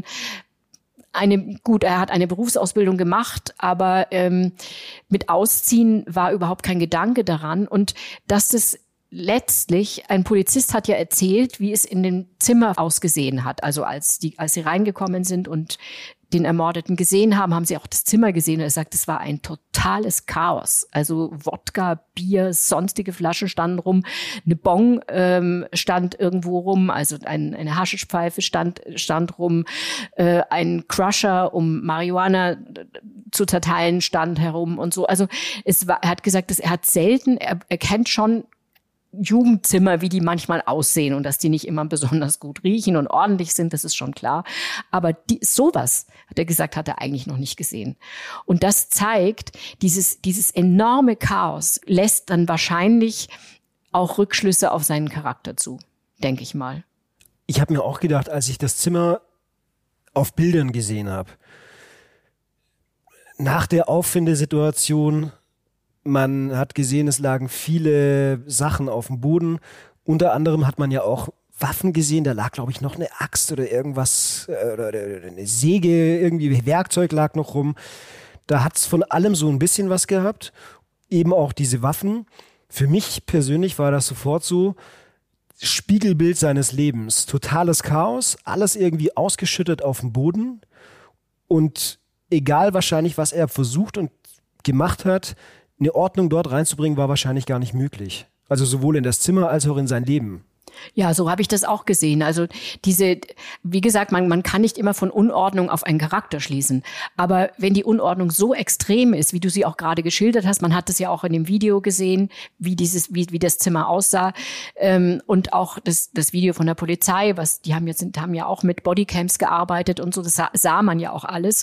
Er hat eine Berufsausbildung gemacht, aber mit Ausziehen war überhaupt kein Gedanke daran. Und dass das letztlich, ein Polizist hat ja erzählt, wie es in dem Zimmer ausgesehen hat. Also als sie reingekommen sind und den Ermordeten gesehen haben, haben sie auch das Zimmer gesehen. Und er sagt, es war ein totales Chaos. Also Wodka, Bier, sonstige Flaschen standen rum, eine Bong stand irgendwo rum, also eine Haschischpfeife stand rum, ein Crusher, um Marihuana zu zerteilen, stand herum und so. Also er hat gesagt, er kennt schon Jugendzimmer, wie die manchmal aussehen und dass die nicht immer besonders gut riechen und ordentlich sind, das ist schon klar. Aber sowas, hat er gesagt, hat er eigentlich noch nicht gesehen. Und das zeigt, dieses enorme Chaos lässt dann wahrscheinlich auch Rückschlüsse auf seinen Charakter zu, denke ich mal. Ich habe mir auch gedacht, als ich das Zimmer auf Bildern gesehen habe, nach der Auffindesituation, man hat gesehen, es lagen viele Sachen auf dem Boden. Unter anderem hat man ja auch Waffen gesehen. Da lag, glaube ich, noch eine Axt oder irgendwas, oder eine Säge, irgendwie Werkzeug lag noch rum. Da hat es von allem so ein bisschen was gehabt. Eben auch diese Waffen. Für mich persönlich war das sofort so Spiegelbild seines Lebens. Totales Chaos, alles irgendwie ausgeschüttet auf dem Boden. Und egal wahrscheinlich, was er versucht und gemacht hat, eine Ordnung dort reinzubringen, war wahrscheinlich gar nicht möglich. Also sowohl in das Zimmer als auch in sein Leben. Ja, so habe ich das auch gesehen. Also wie gesagt, man kann nicht immer von Unordnung auf einen Charakter schließen. Aber wenn die Unordnung so extrem ist, wie du sie auch gerade geschildert hast, man hat es ja auch in dem Video gesehen, wie das Zimmer aussah, und auch das Video von der Polizei, die haben ja auch mit Bodycams gearbeitet und so, das sah man ja auch alles.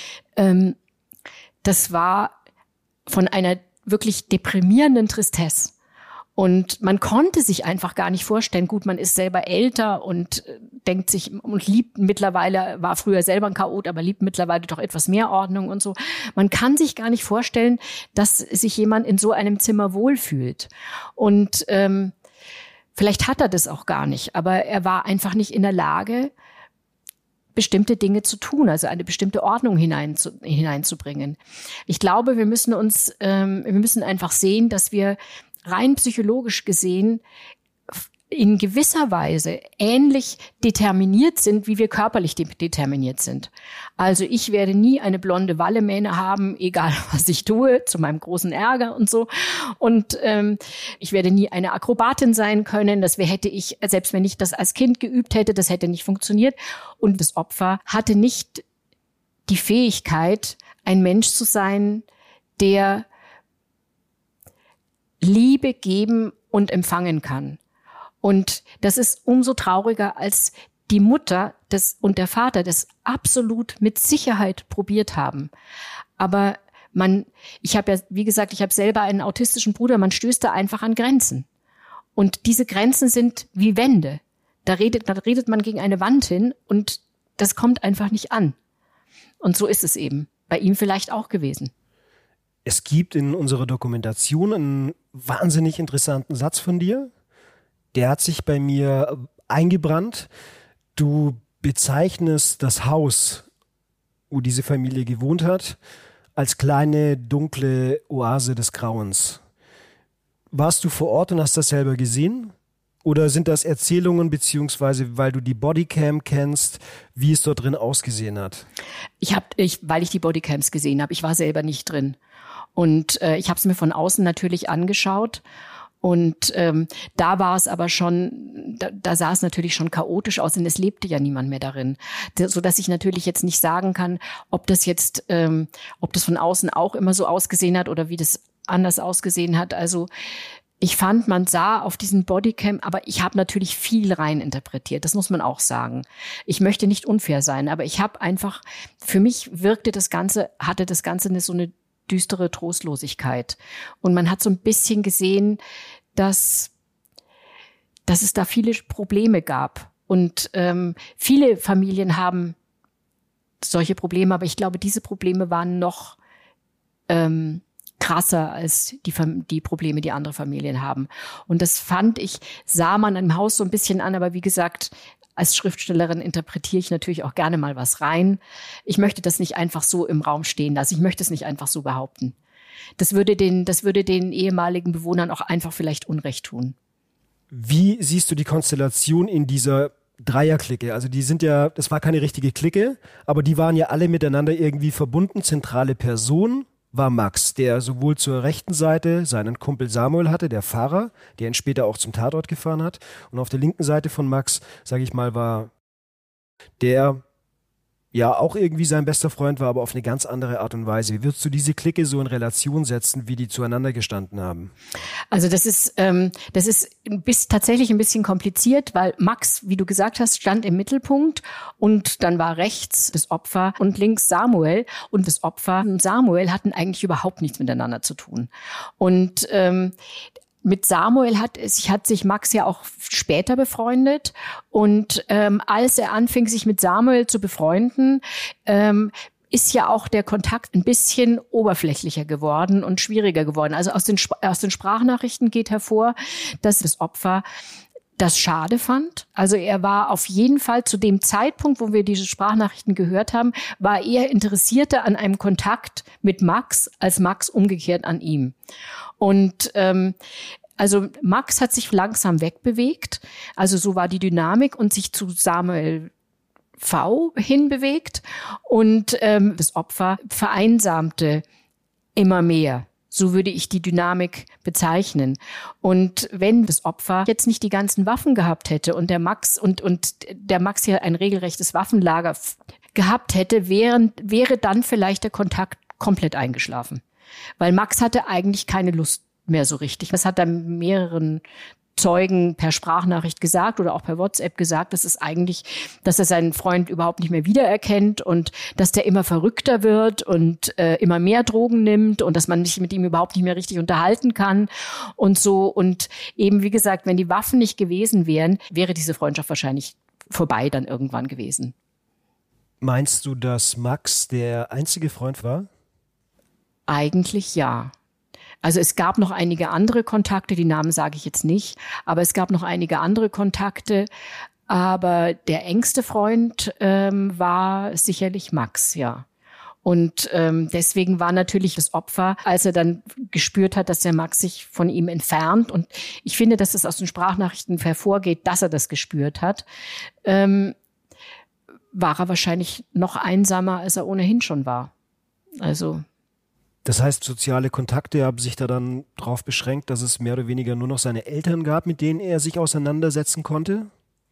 Das war von einer wirklich deprimierenden Tristesse. Und man konnte sich einfach gar nicht vorstellen, gut, man ist selber älter und denkt sich und liebt mittlerweile, war früher selber ein Chaot, aber liebt mittlerweile doch etwas mehr Ordnung und so. Man kann sich gar nicht vorstellen, dass sich jemand in so einem Zimmer wohlfühlt. Und vielleicht hat er das auch gar nicht, aber er war einfach nicht in der Lage, bestimmte Dinge zu tun, also eine bestimmte Ordnung hineinzubringen. Ich glaube, wir müssen einfach sehen, dass wir rein psychologisch gesehen in gewisser Weise ähnlich determiniert sind, wie wir körperlich determiniert sind. Also ich werde nie eine blonde Wallemähne haben, egal was ich tue, zu meinem großen Ärger und so. Und ich werde nie eine Akrobatin sein können. Hätte ich, selbst wenn ich das als Kind geübt hätte, das hätte nicht funktioniert. Und das Opfer hatte nicht die Fähigkeit, ein Mensch zu sein, der Liebe geben und empfangen kann. Und das ist umso trauriger, als die Mutter und der Vater das absolut mit Sicherheit probiert haben. Aber ich habe selber einen autistischen Bruder, man stößt da einfach an Grenzen. Und diese Grenzen sind wie Wände. Da redet man gegen eine Wand hin und das kommt einfach nicht an. Und so ist es eben. Bei ihm vielleicht auch gewesen. Es gibt in unserer Dokumentation einen wahnsinnig interessanten Satz von dir. Der hat sich bei mir eingebrannt. Du bezeichnest das Haus, wo diese Familie gewohnt hat, als kleine, dunkle Oase des Grauens. Warst du vor Ort und hast das selber gesehen? Oder sind das Erzählungen, beziehungsweise weil du die Bodycam kennst, wie es dort drin ausgesehen hat? Weil ich die Bodycams gesehen habe. Ich war selber nicht drin. Und ich habe es mir von außen natürlich angeschaut. Und da war es aber schon, da sah es natürlich schon chaotisch aus, denn es lebte ja niemand mehr darin. So dass ich natürlich jetzt nicht sagen kann, ob das von außen auch immer so ausgesehen hat oder wie das anders ausgesehen hat. Also ich fand, man sah auf diesen Bodycam, aber ich habe natürlich viel rein interpretiert. Das muss man auch sagen. Ich möchte nicht unfair sein, aber ich habe einfach, für mich hatte das Ganze so eine düstere Trostlosigkeit. Und man hat so ein bisschen gesehen, dass es da viele Probleme gab. Und viele Familien haben solche Probleme, aber ich glaube, diese Probleme waren noch krasser als die Probleme, die andere Familien haben. Und das sah man im Haus so ein bisschen an, aber wie gesagt, als Schriftstellerin interpretiere ich natürlich auch gerne mal was rein. Ich möchte das nicht einfach so im Raum stehen lassen. Ich möchte es nicht einfach so behaupten. Das würde den ehemaligen Bewohnern auch einfach vielleicht Unrecht tun. Wie siehst du die Konstellation in dieser Dreierklicke? Also das war keine richtige Clique, aber die waren ja alle miteinander irgendwie verbunden. Zentrale Person war Max, der sowohl zur rechten Seite seinen Kumpel Samuel hatte, der Fahrer, der ihn später auch zum Tatort gefahren hat. Und auf der linken Seite von Max, sage ich mal, war der ja auch irgendwie sein bester Freund war, aber auf eine ganz andere Art und Weise. Wie würdest du diese Clique so in Relation setzen, wie die zueinander gestanden haben? Also das ist tatsächlich ein bisschen kompliziert, weil Max, wie du gesagt hast, stand im Mittelpunkt und dann war rechts das Opfer und links Samuel, und das Opfer und Samuel hatten eigentlich überhaupt nichts miteinander zu tun. Und mit Samuel hat sich Max ja auch später befreundet, und als er anfing, sich mit Samuel zu befreunden, ist ja auch der Kontakt ein bisschen oberflächlicher geworden und schwieriger geworden. Also aus den Sprachnachrichten geht hervor, dass das Opfer das schade fand. Also er war auf jeden Fall zu dem Zeitpunkt, wo wir diese Sprachnachrichten gehört haben, war er interessierter an einem Kontakt mit Max als Max umgekehrt an ihm. Und also Max hat sich langsam wegbewegt, also so war die Dynamik, und sich zu Samuel V hinbewegt, und das Opfer vereinsamte immer mehr So würde ich die Dynamik bezeichnen. Und wenn das Opfer jetzt nicht die ganzen Waffen gehabt hätte und der Max hier ein regelrechtes Waffenlager gehabt hätte, wäre dann vielleicht der Kontakt komplett eingeschlafen. Weil Max hatte eigentlich keine Lust mehr so richtig. Das hat er mehreren Zeugen per Sprachnachricht gesagt oder auch per WhatsApp gesagt, dass er seinen Freund überhaupt nicht mehr wiedererkennt und dass der immer verrückter wird und immer mehr Drogen nimmt und dass man sich mit ihm überhaupt nicht mehr richtig unterhalten kann und so. Und eben, wie gesagt, wenn die Waffen nicht gewesen wären, wäre diese Freundschaft wahrscheinlich vorbei dann irgendwann gewesen. Meinst du, dass Max der einzige Freund war? Eigentlich ja. Also es gab noch einige andere Kontakte, die Namen sage ich jetzt nicht, aber es gab noch einige andere Kontakte. Aber der engste Freund war sicherlich Max, ja. Und deswegen war natürlich das Opfer, als er dann gespürt hat, dass der Max sich von ihm entfernt. Und ich finde, dass es aus den Sprachnachrichten hervorgeht, dass er das gespürt hat, war er wahrscheinlich noch einsamer, als er ohnehin schon war. Also... Das heißt, soziale Kontakte haben sich da dann drauf beschränkt, dass es mehr oder weniger nur noch seine Eltern gab, mit denen er sich auseinandersetzen konnte?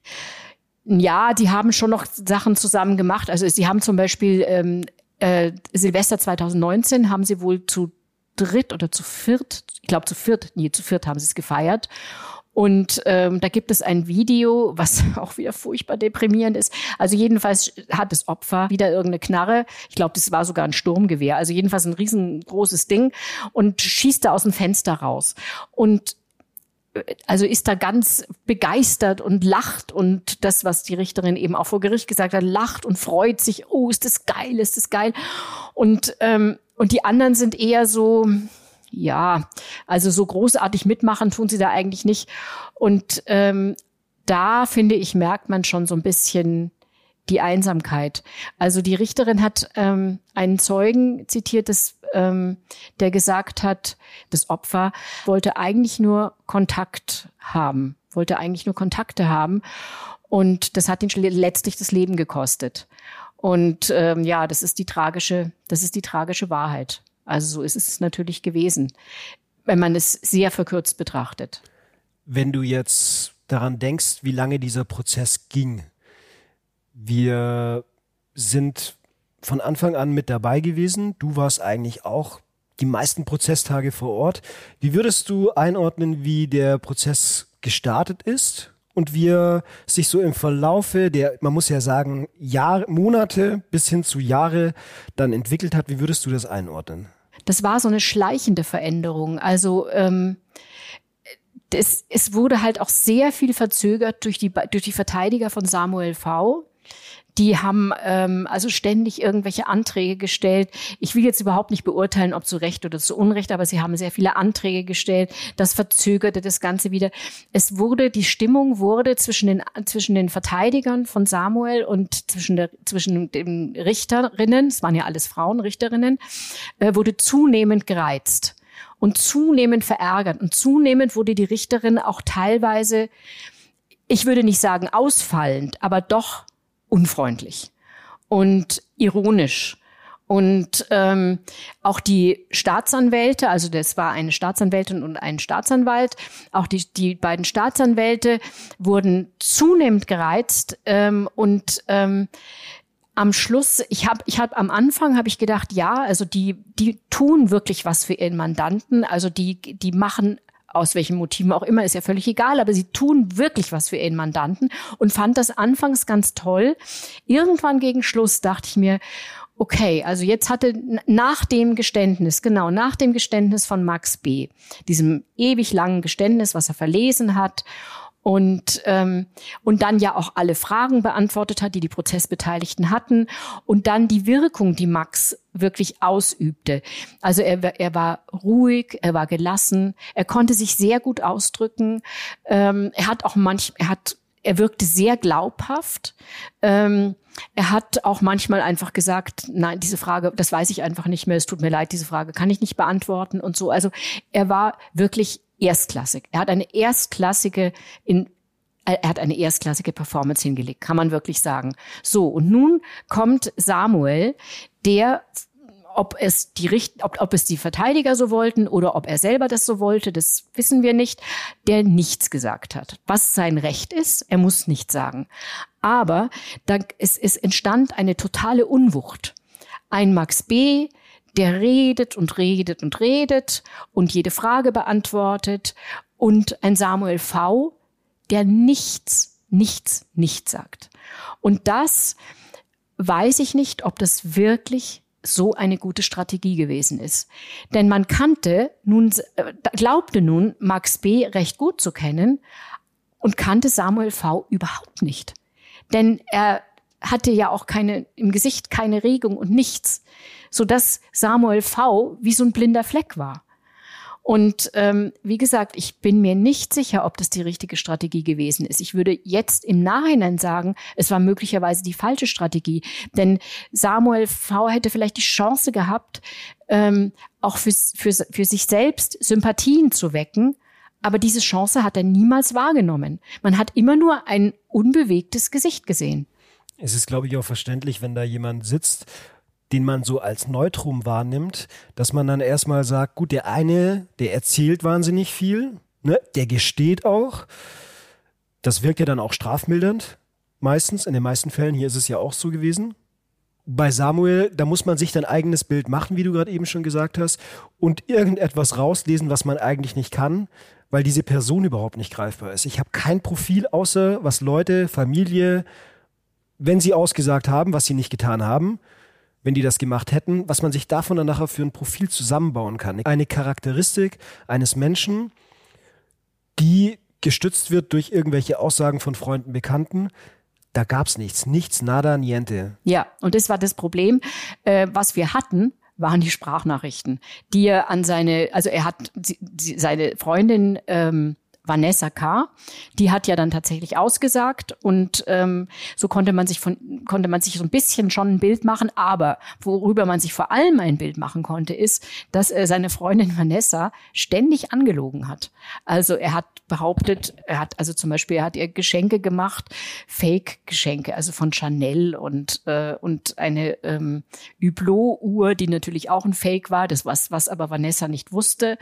Ja, die haben schon noch Sachen zusammen gemacht. Also sie haben zum Beispiel Silvester 2019 haben sie wohl zu dritt oder zu viert, ich glaube zu viert haben sie es gefeiert. Und da gibt es ein Video, was auch wieder furchtbar deprimierend ist. Also jedenfalls hat das Opfer wieder irgendeine Knarre. Ich glaube, das war sogar ein Sturmgewehr. Also jedenfalls ein riesengroßes Ding und schießt da aus dem Fenster raus. Und also ist da ganz begeistert und lacht und das, was die Richterin eben auch vor Gericht gesagt hat, lacht und freut sich. Oh, ist das geil, ist das geil. Und die anderen sind eher so... Ja, also so großartig mitmachen tun sie da eigentlich nicht. Und da, finde ich, merkt man schon so ein bisschen die Einsamkeit. Also die Richterin hat einen Zeugen zitiert, der gesagt hat, das Opfer wollte eigentlich nur Kontakte haben. Und das hat ihn letztlich das Leben gekostet. Und das ist die tragische Wahrheit. Also so ist es natürlich gewesen, wenn man es sehr verkürzt betrachtet. Wenn du jetzt daran denkst, wie lange dieser Prozess ging, wir sind von Anfang an mit dabei gewesen. Du warst eigentlich auch die meisten Prozesstage vor Ort. Wie würdest du einordnen, wie der Prozess gestartet ist und wie er sich so im Verlaufe der, man muss ja sagen, Monate bis hin zu Jahre dann entwickelt hat? Wie würdest du das einordnen? Das war so eine schleichende Veränderung. Also es wurde halt auch sehr viel verzögert durch die Verteidiger von Samuel V. Die haben also ständig irgendwelche Anträge gestellt. Ich will jetzt überhaupt nicht beurteilen, ob zu Recht oder zu Unrecht, aber sie haben sehr viele Anträge gestellt. Das verzögerte das Ganze wieder. Die Stimmung wurde zwischen den Verteidigern von Samuel und zwischen den Richterinnen, es waren ja alles Frauen, Richterinnen, wurde zunehmend gereizt und zunehmend verärgert. Und zunehmend wurde die Richterin auch teilweise, ich würde nicht sagen ausfallend, aber doch unfreundlich und ironisch. Und auch die Staatsanwälte, also das war eine Staatsanwältin und ein Staatsanwalt, auch die beiden Staatsanwälte wurden zunehmend gereizt am Schluss, am Anfang habe ich gedacht, ja, also die tun wirklich was für ihren Mandanten, also die machen aus welchen Motiven auch immer, ist ja völlig egal, aber sie tun wirklich was für ihren Mandanten und fand das anfangs ganz toll. Irgendwann gegen Schluss dachte ich mir, okay, also jetzt nach dem Geständnis von Max B., diesem ewig langen Geständnis, was er verlesen hat, und dann ja auch alle Fragen beantwortet hat, die die Prozessbeteiligten hatten und dann die Wirkung, die Max wirklich ausübte. Also er war ruhig, er war gelassen, er konnte sich sehr gut ausdrücken, er wirkte sehr glaubhaft. Er hat auch manchmal einfach gesagt, nein, diese Frage, das weiß ich einfach nicht mehr, es tut mir leid, diese Frage kann ich nicht beantworten und so. Also er war wirklich erstklassig. Er hat eine erstklassige Performance hingelegt, kann man wirklich sagen. So, und nun kommt Samuel, der Ob es die Verteidiger so wollten oder ob er selber das so wollte, das wissen wir nicht, der nichts gesagt hat. Was sein Recht ist, er muss nichts sagen. Aber es entstand eine totale Unwucht. Ein Max B., der redet und redet und redet und jede Frage beantwortet, und ein Samuel V., der nichts sagt. Und das weiß ich nicht, ob das wirklich so eine gute Strategie gewesen ist. Denn man glaubte nun Max B. recht gut zu kennen und kannte Samuel V. überhaupt nicht. Denn er hatte ja auch im Gesicht keine Regung und nichts, sodass Samuel V. wie so ein blinder Fleck war. Und wie gesagt, ich bin mir nicht sicher, ob das die richtige Strategie gewesen ist. Ich würde jetzt im Nachhinein sagen, es war möglicherweise die falsche Strategie. Denn Samuel V. hätte vielleicht die Chance gehabt, auch für sich selbst Sympathien zu wecken. Aber diese Chance hat er niemals wahrgenommen. Man hat immer nur ein unbewegtes Gesicht gesehen. Es ist, glaube ich, auch verständlich, wenn da jemand sitzt, den man so als Neutrum wahrnimmt, dass man dann erstmal sagt, gut, der eine, der erzählt wahnsinnig viel, ne, der gesteht auch. Das wirkt ja dann auch strafmildernd, meistens, in den meisten Fällen. Hier ist es ja auch so gewesen. Bei Samuel, da muss man sich dann eigenes Bild machen, wie du gerade eben schon gesagt hast, und irgendetwas rauslesen, was man eigentlich nicht kann, weil diese Person überhaupt nicht greifbar ist. Ich habe kein Profil, außer was Leute, Familie, wenn sie ausgesagt haben, was sie nicht getan haben, wenn die das gemacht hätten, was man sich davon dann nachher für ein Profil zusammenbauen kann. Eine Charakteristik eines Menschen, die gestützt wird durch irgendwelche Aussagen von Freunden, Bekannten. Da gab's nichts, nada, niente. Ja, und das war das Problem, was wir hatten, waren die Sprachnachrichten, die er er hat seine Freundin Vanessa K., die hat ja dann tatsächlich ausgesagt, und so konnte man sich so ein bisschen schon ein Bild machen, aber worüber man sich vor allem ein Bild machen konnte, ist, dass seine Freundin Vanessa ständig angelogen hat. Also er hat behauptet, er hat ihr Geschenke gemacht, Fake-Geschenke, also von Chanel und eine Hublot-Uhr, die natürlich auch ein Fake war, das was aber Vanessa nicht wusste,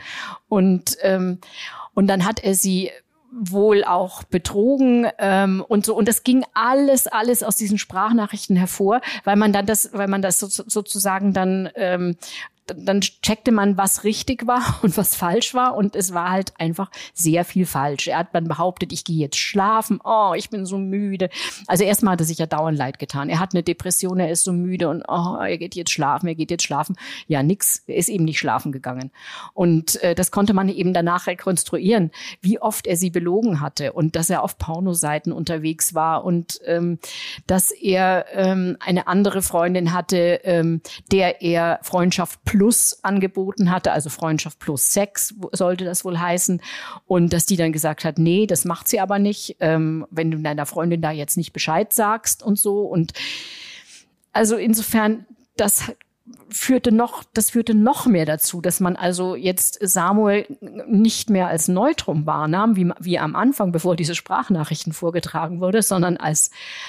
und dann hat er sie wohl auch betrogen und so. Und das ging alles aus diesen Sprachnachrichten hervor, weil man das sozusagen dann checkte man, was richtig war und was falsch war, und es war halt einfach sehr viel falsch. Er hat dann behauptet, ich gehe jetzt schlafen, ich bin so müde. Also erstmal hat er sich ja dauernd leid getan. Er hat eine Depression, er ist so müde und er geht jetzt schlafen. Ja, nix, er ist eben nicht schlafen gegangen. Und das konnte man eben danach rekonstruieren, wie oft er sie belogen hatte und dass er auf Pornoseiten unterwegs war und dass er eine andere Freundin hatte, der er Freundschaft Plus angeboten hatte, also Freundschaft plus Sex sollte das wohl heißen, und dass die dann gesagt hat, nee, das macht sie aber nicht, wenn du deiner Freundin da jetzt nicht Bescheid sagst und so. Und also insofern, das führte noch mehr dazu, dass man also jetzt Samuel nicht mehr als Neutrum wahrnahm, wie am Anfang, bevor diese Sprachnachrichten vorgetragen wurde, sondern als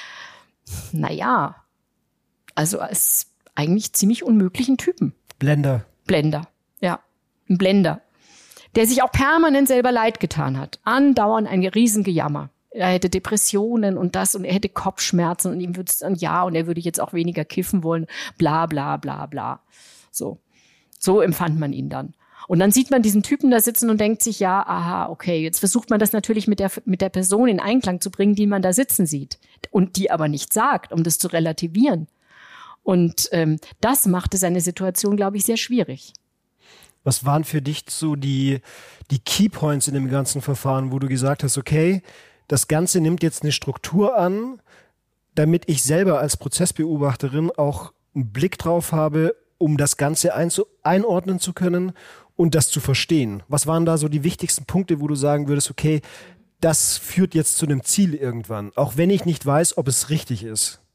eigentlich ziemlich unmöglichen Typen. Blender, ja. Ein Blender. Der sich auch permanent selber leid getan hat. Andauernd ein Riesengejammer. Er hätte Depressionen und das, und er hätte Kopfschmerzen und ihm würde es dann und er würde jetzt auch weniger kiffen wollen. Bla, bla, bla, bla. So empfand man ihn dann. Und dann sieht man diesen Typen da sitzen und denkt sich, ja, aha, okay, jetzt versucht man das natürlich mit der Person in Einklang zu bringen, die man da sitzen sieht und die aber nicht sagt, um das zu relativieren. Und das machte seine Situation, glaube ich, sehr schwierig. Was waren für dich so die Keypoints in dem ganzen Verfahren, wo du gesagt hast, okay, das Ganze nimmt jetzt eine Struktur an, damit ich selber als Prozessbeobachterin auch einen Blick drauf habe, um das Ganze einordnen zu können und das zu verstehen? Was waren da so die wichtigsten Punkte, wo du sagen würdest, okay, das führt jetzt zu einem Ziel irgendwann, auch wenn ich nicht weiß, ob es richtig ist?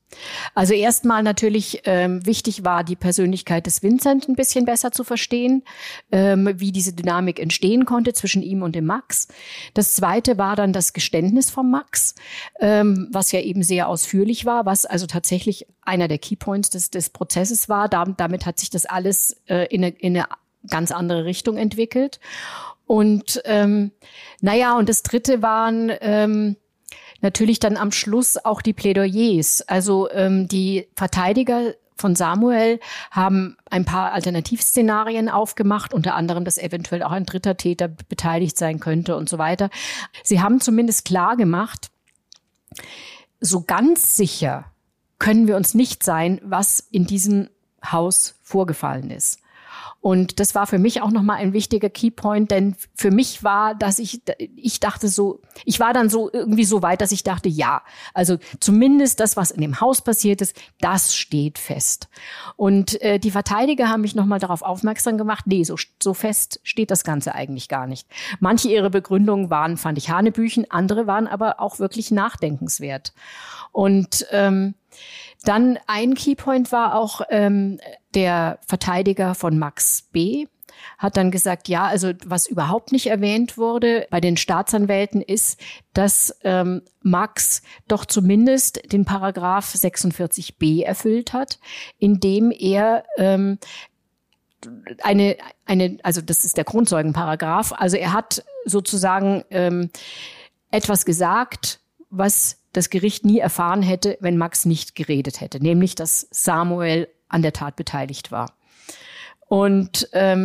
Also erstmal natürlich wichtig war, die Persönlichkeit des Vincent ein bisschen besser zu verstehen, wie diese Dynamik entstehen konnte zwischen ihm und dem Max. Das Zweite war dann das Geständnis vom Max, was ja eben sehr ausführlich war, was also tatsächlich einer der Keypoints des Prozesses war. Damit hat sich das alles in eine ganz andere Richtung entwickelt. Und und das Dritte waren natürlich dann am Schluss auch die Plädoyers. Also die Verteidiger von Samuel haben ein paar Alternativszenarien aufgemacht, unter anderem, dass eventuell auch ein dritter Täter beteiligt sein könnte und so weiter. Sie haben zumindest klar gemacht, so ganz sicher können wir uns nicht sein, was in diesem Haus vorgefallen ist. Und das war für mich auch nochmal ein wichtiger Keypoint, denn für mich war, dass ich dachte so, ich war dann so irgendwie so weit, dass ich dachte, ja, also zumindest das, was in dem Haus passiert ist, das steht fest. Und die Verteidiger haben mich nochmal darauf aufmerksam gemacht, nee, so fest steht das Ganze eigentlich gar nicht. Manche ihrer Begründungen waren, fand ich Hanebüchen, andere waren aber auch wirklich nachdenkenswert. Und dann ein Keypoint war auch der Verteidiger von Max B. hat dann gesagt, ja, also was überhaupt nicht erwähnt wurde bei den Staatsanwälten ist, dass Max doch zumindest den Paragraph 46b erfüllt hat, indem er also das ist der Kronzeugenparagraph, also er hat sozusagen etwas gesagt, was das Gericht nie erfahren hätte, wenn Max nicht geredet hätte, nämlich, dass Samuel an der Tat beteiligt war. Und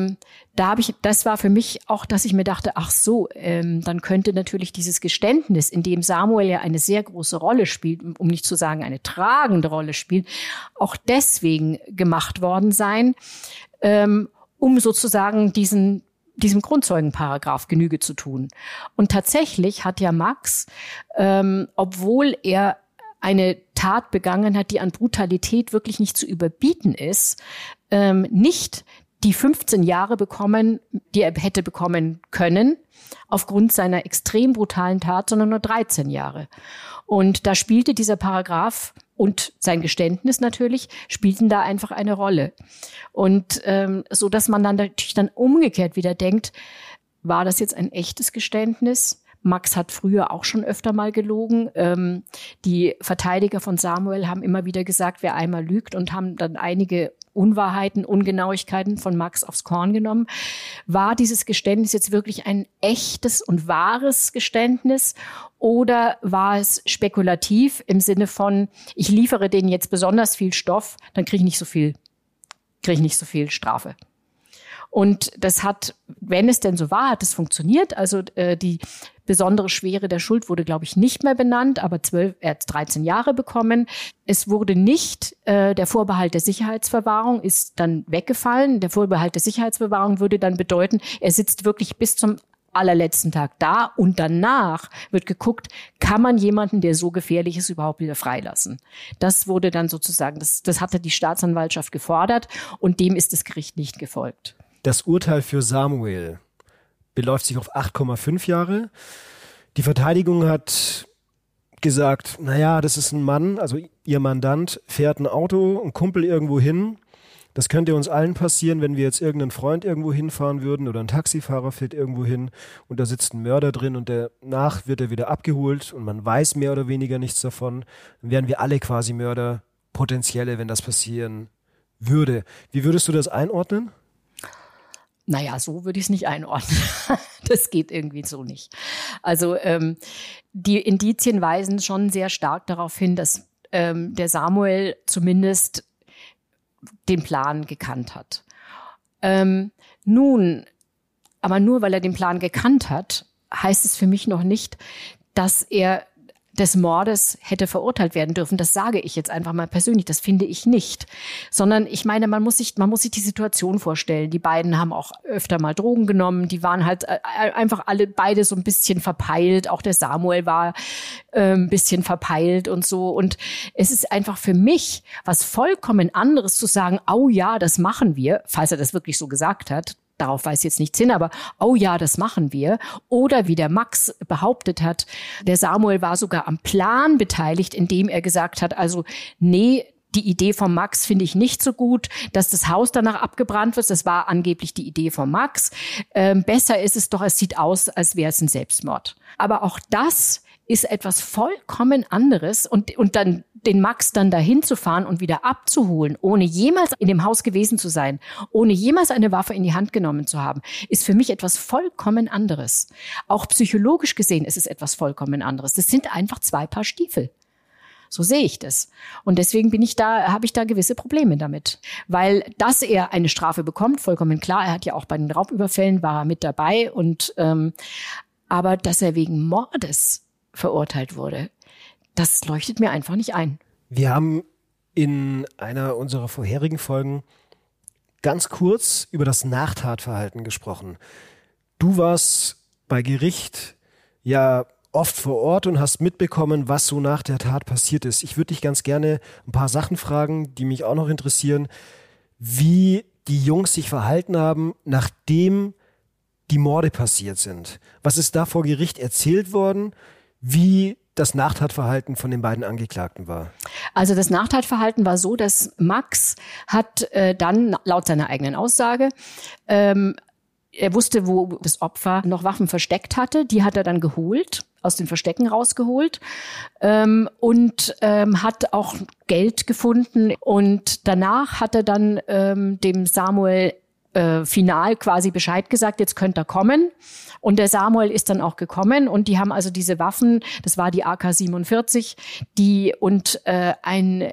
das war für mich auch, dass ich mir dachte, ach so, dann könnte natürlich dieses Geständnis, in dem Samuel ja eine sehr große Rolle spielt, um nicht zu sagen eine tragende Rolle spielt, auch deswegen gemacht worden sein, um sozusagen diesem Grundzeugenparagraph Genüge zu tun. Und tatsächlich hat ja Max, obwohl er eine Tat begangen hat, die an Brutalität wirklich nicht zu überbieten ist, nicht die 15 Jahre bekommen, die er hätte bekommen können, aufgrund seiner extrem brutalen Tat, sondern nur 13 Jahre. Und da spielte dieser Paragraph und sein Geständnis natürlich, spielten da einfach eine Rolle. Und so, dass man dann natürlich dann umgekehrt wieder denkt, war das jetzt ein echtes Geständnis? Max hat früher auch schon öfter mal gelogen. Die Verteidiger von Samuel haben immer wieder gesagt, wer einmal lügt, und haben dann einige Unwahrheiten, Ungenauigkeiten von Max aufs Korn genommen. War dieses Geständnis jetzt wirklich ein echtes und wahres Geständnis oder war es spekulativ im Sinne von, ich liefere denen jetzt besonders viel Stoff, dann kriege ich nicht so viel Strafe. Und das hat, wenn es denn so war, hat es funktioniert. Also die besondere Schwere der Schuld wurde, glaube ich, nicht mehr benannt, aber er hat 13 Jahre bekommen. Es wurde nicht, der Vorbehalt der Sicherheitsverwahrung ist dann weggefallen. Der Vorbehalt der Sicherheitsverwahrung würde dann bedeuten, er sitzt wirklich bis zum allerletzten Tag da und danach wird geguckt, kann man jemanden, der so gefährlich ist, überhaupt wieder freilassen. Das wurde dann sozusagen, das hatte die Staatsanwaltschaft gefordert und dem ist das Gericht nicht gefolgt. Das Urteil für Samuel beläuft sich auf 8,5 Jahre. Die Verteidigung hat gesagt, naja, das ist ein Mann, also ihr Mandant fährt ein Auto, ein Kumpel irgendwo hin. Das könnte uns allen passieren, wenn wir jetzt irgendeinen Freund irgendwo hinfahren würden oder ein Taxifahrer fährt irgendwo hin und da sitzt ein Mörder drin und danach wird er wieder abgeholt und man weiß mehr oder weniger nichts davon. Dann wären wir alle quasi Mörder, potenzielle, wenn das passieren würde. Wie würdest du das einordnen? Naja, so würde ich es nicht einordnen. Das geht irgendwie so nicht. Also die Indizien weisen schon sehr stark darauf hin, dass der Samuel zumindest den Plan gekannt hat. Nun, aber nur weil er den Plan gekannt hat, heißt es für mich noch nicht, dass er des Mordes hätte verurteilt werden dürfen. Das sage ich jetzt einfach mal persönlich. Das finde ich nicht. Sondern ich meine, man muss sich die Situation vorstellen. Die beiden haben auch öfter mal Drogen genommen. Die waren halt einfach beide so ein bisschen verpeilt. Auch der Samuel war ein bisschen verpeilt und so. Und es ist einfach für mich was vollkommen anderes zu sagen, oh ja, das machen wir, falls er das wirklich so gesagt hat. darauf weist jetzt nichts hin, aber oh ja, das machen wir. Oder wie der Max behauptet hat, der Samuel war sogar am Plan beteiligt, indem er gesagt hat, also nee, die Idee von Max finde ich nicht so gut, dass das Haus danach abgebrannt wird. Das war angeblich die Idee von Max. Besser ist es doch, es sieht aus, als wäre es ein Selbstmord. Aber auch das ist etwas vollkommen anderes. Und dann den Max dann dahin zu fahren und wieder abzuholen, ohne jemals in dem Haus gewesen zu sein, ohne jemals eine Waffe in die Hand genommen zu haben, ist für mich etwas vollkommen anderes. Auch psychologisch gesehen ist es etwas vollkommen anderes. Das sind einfach 2 Paar Stiefel. So sehe ich das. Und deswegen habe ich da gewisse Probleme damit. Weil, dass er eine Strafe bekommt, vollkommen klar. Er hat ja auch bei den Raubüberfällen war er mit dabei. Aber dass er wegen Mordes verurteilt wurde, das leuchtet mir einfach nicht ein. Wir haben in einer unserer vorherigen Folgen ganz kurz über das Nachtatverhalten gesprochen. Du warst bei Gericht ja oft vor Ort und hast mitbekommen, was so nach der Tat passiert ist. Ich würde dich ganz gerne ein paar Sachen fragen, die mich auch noch interessieren, wie die Jungs sich verhalten haben, nachdem die Morde passiert sind. Was ist da vor Gericht erzählt worden, wie das Nachtatverhalten von den beiden Angeklagten war? Also das Nachtatverhalten war so, dass Max hat dann laut seiner eigenen Aussage er wusste, wo das Opfer noch Waffen versteckt hatte. Die hat er dann geholt, aus den Verstecken rausgeholt und hat auch Geld gefunden. Und danach hat er dann dem Samuel final quasi Bescheid gesagt, jetzt könnt ihr kommen. Und der Samuel ist dann auch gekommen und die haben also diese Waffen, das war die AK-47, und ein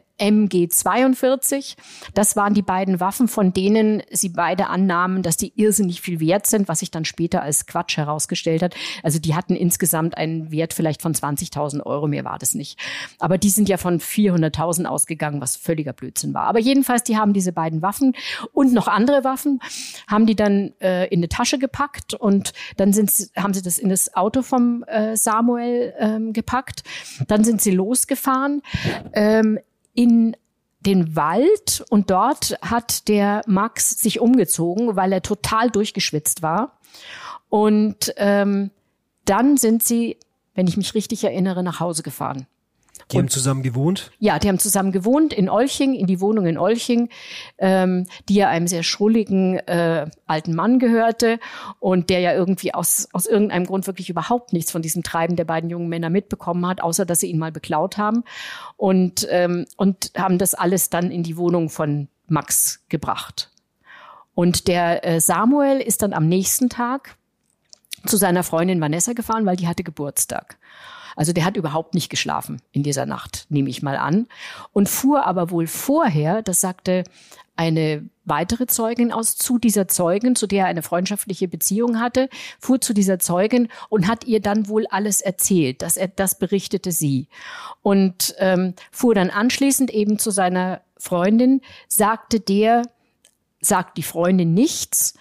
MG-42. Das waren die beiden Waffen, von denen sie beide annahmen, dass die irrsinnig viel wert sind, was sich dann später als Quatsch herausgestellt hat. Also die hatten insgesamt einen Wert vielleicht von 20.000 Euro, mehr war das nicht. Aber die sind ja von 400.000 ausgegangen, was völliger Blödsinn war. Aber jedenfalls, die haben diese beiden Waffen und noch andere Waffen, haben die dann in eine Tasche gepackt und dann haben sie das in das Auto vom Samuel gepackt. Dann sind sie losgefahren in den Wald und dort hat der Max sich umgezogen, weil er total durchgeschwitzt war. Und dann sind sie, wenn ich mich richtig erinnere, nach Hause gefahren. Die haben zusammen gewohnt? Ja, die haben zusammen gewohnt in Olching, in die Wohnung in Olching, die ja einem sehr schrulligen alten Mann gehörte und der ja irgendwie aus irgendeinem Grund wirklich überhaupt nichts von diesem Treiben der beiden jungen Männer mitbekommen hat, außer dass sie ihn mal beklaut haben und haben das alles dann in die Wohnung von Max gebracht. Und der Samuel ist dann am nächsten Tag zu seiner Freundin Vanessa gefahren, weil die hatte Geburtstag. Also der hat überhaupt nicht geschlafen in dieser Nacht, nehme ich mal an. Und fuhr aber wohl vorher, das sagte eine weitere Zeugin zu dieser Zeugin, zu der er eine freundschaftliche Beziehung hatte, fuhr zu dieser Zeugin und hat ihr dann wohl alles erzählt. Das berichtete sie. Und fuhr dann anschließend eben zu seiner Freundin, sagt die Freundin nichts.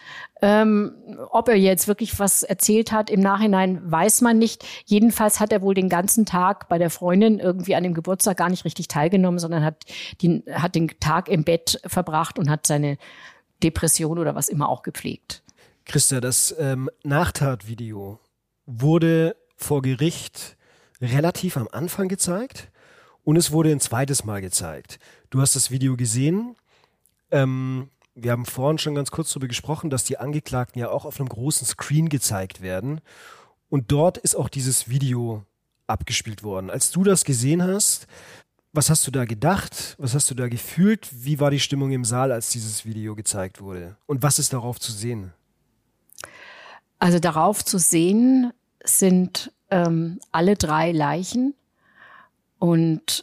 Ob er jetzt wirklich was erzählt hat im Nachhinein, weiß man nicht. Jedenfalls hat er wohl den ganzen Tag bei der Freundin irgendwie an dem Geburtstag gar nicht richtig teilgenommen, sondern hat den Tag im Bett verbracht und hat seine Depression oder was immer auch gepflegt. Christa, das Nachtatvideo wurde vor Gericht relativ am Anfang gezeigt und es wurde ein zweites Mal gezeigt. Du hast das Video gesehen. Wir haben vorhin schon ganz kurz darüber gesprochen, dass die Angeklagten ja auch auf einem großen Screen gezeigt werden. Und dort ist auch dieses Video abgespielt worden. Als du das gesehen hast, was hast du da gedacht? Was hast du da gefühlt? Wie war die Stimmung im Saal, als dieses Video gezeigt wurde? Und was ist darauf zu sehen? Also darauf zu sehen sind alle 3 Leichen und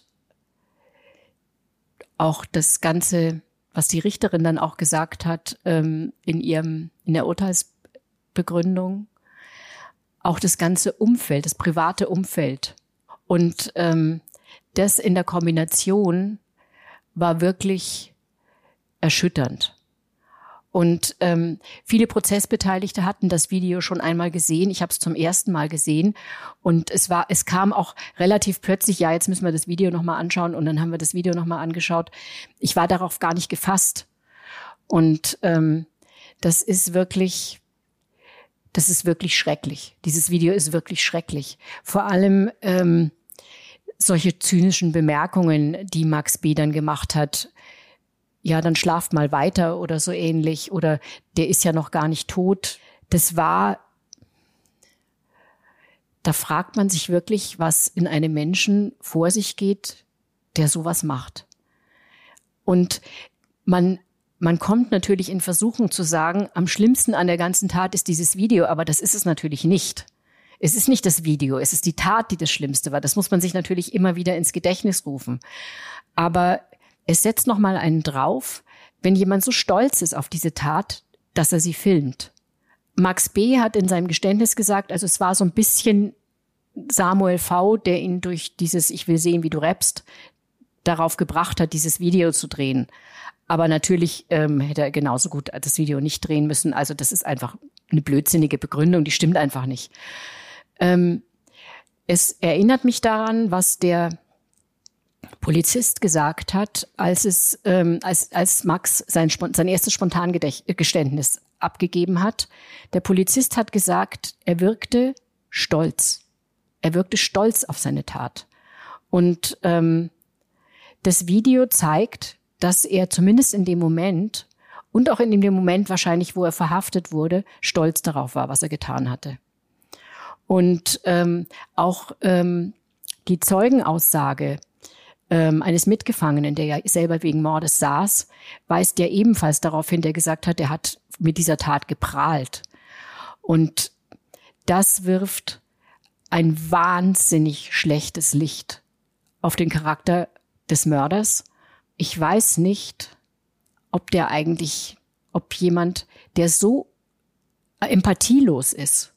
auch das Ganze, was die Richterin dann auch gesagt hat in der Urteilsbegründung, auch das ganze Umfeld, das private Umfeld. Und das in der Kombination war wirklich erschütternd. Und viele Prozessbeteiligte hatten das Video schon einmal gesehen. Ich habe es zum ersten Mal gesehen. Und es kam auch relativ plötzlich, ja, jetzt müssen wir das Video nochmal anschauen. Und dann haben wir das Video nochmal angeschaut. Ich war darauf gar nicht gefasst. Und das ist wirklich schrecklich. Dieses Video ist wirklich schrecklich. Vor allem solche zynischen Bemerkungen, die Max B. dann gemacht hat. Ja, dann schlaft mal weiter oder so ähnlich. Oder der ist ja noch gar nicht tot. Da fragt man sich wirklich, was in einem Menschen vor sich geht, der sowas macht. Und man kommt natürlich in Versuchung zu sagen, am schlimmsten an der ganzen Tat ist dieses Video, aber das ist es natürlich nicht. Es ist nicht das Video, es ist die Tat, die das Schlimmste war. Das muss man sich natürlich immer wieder ins Gedächtnis rufen. Aber es setzt noch mal einen drauf, wenn jemand so stolz ist auf diese Tat, dass er sie filmt. Max B. hat in seinem Geständnis gesagt, also es war so ein bisschen Samuel V., der ihn durch dieses "Ich will sehen, wie du rappst" darauf gebracht hat, dieses Video zu drehen. Aber natürlich hätte er genauso gut das Video nicht drehen müssen. Also das ist einfach eine blödsinnige Begründung, die stimmt einfach nicht. Es erinnert mich daran, was der Polizist gesagt hat, als Max sein erstes Spontangeständnis abgegeben hat. Der Polizist hat gesagt, er wirkte stolz. Er wirkte stolz auf seine Tat. Und das Video zeigt, dass er zumindest in dem Moment und auch in dem Moment wahrscheinlich, wo er verhaftet wurde, stolz darauf war, was er getan hatte. Und auch die Zeugenaussage eines Mitgefangenen, der ja selber wegen Mordes saß, weist ja ebenfalls darauf hin, der gesagt hat, er hat mit dieser Tat geprahlt. Und das wirft ein wahnsinnig schlechtes Licht auf den Charakter des Mörders. Ich weiß nicht, ob jemand, der so empathielos ist,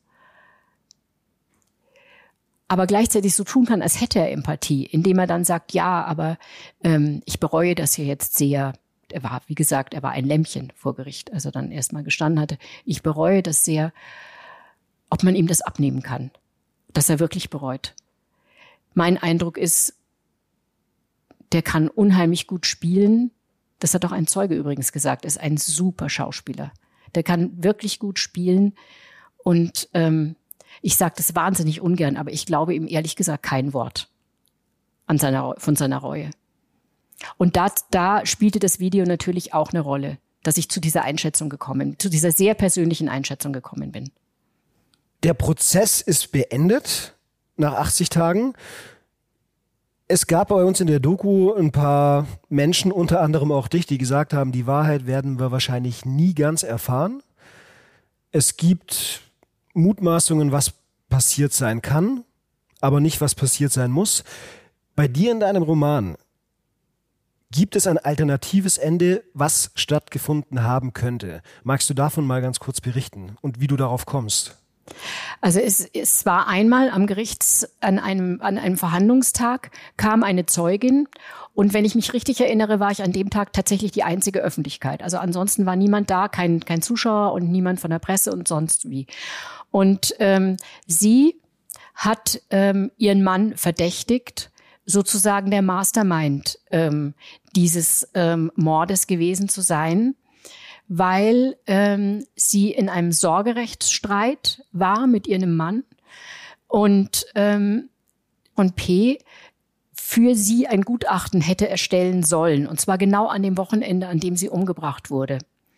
aber gleichzeitig so tun kann, als hätte er Empathie, indem er dann sagt, ja, aber ich bereue das hier jetzt sehr. Er war ein Lämmchen vor Gericht, als er dann erstmal gestanden hatte. Ich bereue das sehr, ob man ihm das abnehmen kann, dass er wirklich bereut. Mein Eindruck ist, der kann unheimlich gut spielen. Das hat auch ein Zeuge übrigens gesagt, ist ein super Schauspieler. Der kann wirklich gut spielen und ich sage das wahnsinnig ungern, aber ich glaube ihm ehrlich gesagt kein Wort von seiner Reue. Und da spielte das Video natürlich auch eine Rolle, dass ich zu dieser sehr persönlichen Einschätzung gekommen bin. Der Prozess ist beendet nach 80 Tagen. Es gab bei uns in der Doku ein paar Menschen, unter anderem auch dich, die gesagt haben, die Wahrheit werden wir wahrscheinlich nie ganz erfahren. Es gibt Mutmaßungen, was passiert sein kann, aber nicht, was passiert sein muss. Bei dir in deinem Roman gibt es ein alternatives Ende, was stattgefunden haben könnte. Magst du davon mal ganz kurz berichten und wie du darauf kommst? Also es war einmal am an einem Verhandlungstag kam eine Zeugin und wenn ich mich richtig erinnere, war ich an dem Tag tatsächlich die einzige Öffentlichkeit. Also ansonsten war niemand da, kein Zuschauer und niemand von der Presse und sonst wie. Und sie hat ihren Mann verdächtigt, sozusagen der Mastermind dieses Mordes gewesen zu sein, weil sie in einem Sorgerechtsstreit war mit ihrem Mann und P. für sie ein Gutachten hätte erstellen sollen. Und zwar genau an dem Wochenende, an dem sie umgebracht wurde.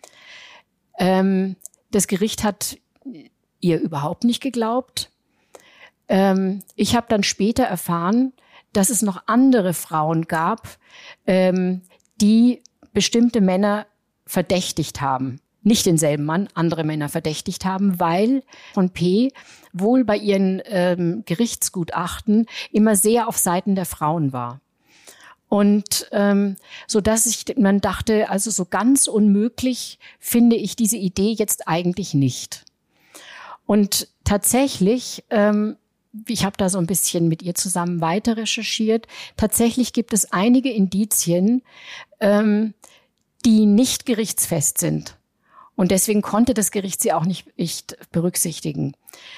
Das Gericht hat ihr überhaupt nicht geglaubt. Ich habe dann später erfahren, dass es noch andere Frauen gab, die bestimmte Männer verdächtigt haben. Nicht denselben Mann, andere Männer verdächtigt haben, weil von P. wohl bei ihren Gerichtsgutachten immer sehr auf Seiten der Frauen war. Und so dass man dachte, also so ganz unmöglich finde ich diese Idee jetzt eigentlich nicht. Und tatsächlich, ich habe da so ein bisschen mit ihr zusammen weiter recherchiert, tatsächlich gibt es einige Indizien, die nicht gerichtsfest sind. Und deswegen konnte das Gericht sie auch nicht berücksichtigen.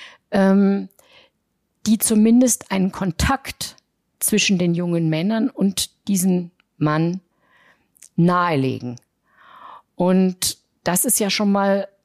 Die zumindest einen Kontakt zwischen den jungen Männern und diesem Mann nahelegen. Und das ist ja schon mal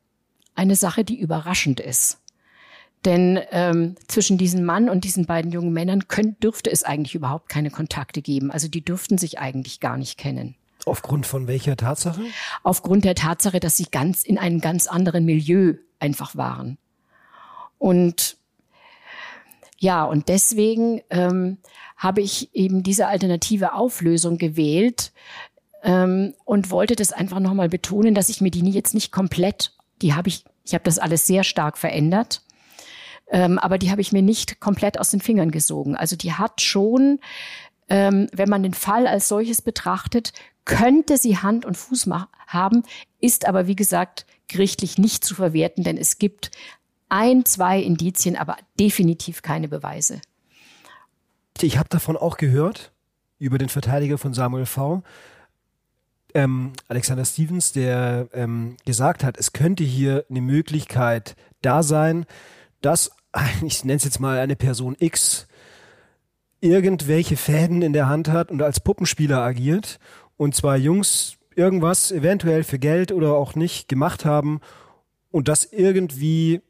eine Sache, die überraschend ist. Denn zwischen diesem Mann und diesen beiden jungen Männern dürfte es eigentlich überhaupt keine Kontakte geben. Also die dürften sich eigentlich gar nicht kennen. Aufgrund von welcher Tatsache? Aufgrund der Tatsache, dass sie in einem ganz anderen Milieu einfach waren. Und ja, und deswegen habe ich eben diese alternative Auflösung gewählt und wollte das einfach nochmal betonen, dass ich mir die jetzt nicht komplett, ich habe das alles sehr stark verändert, aber die habe ich mir nicht komplett aus den Fingern gesogen. Also die hat schon, wenn man den Fall als solches betrachtet, könnte sie Hand und Fuß haben, ist aber, wie gesagt, gerichtlich nicht zu verwerten, denn es gibt 1, 2 Indizien, aber definitiv keine Beweise. Ich habe davon auch gehört, über den Verteidiger von Samuel V., Alexander Stevens, der gesagt hat, es könnte hier eine Möglichkeit da sein, dass, ich nenne es jetzt mal eine Person X, irgendwelche Fäden in der Hand hat und als Puppenspieler agiert und zwei Jungs irgendwas eventuell für Geld oder auch nicht gemacht haben und das irgendwie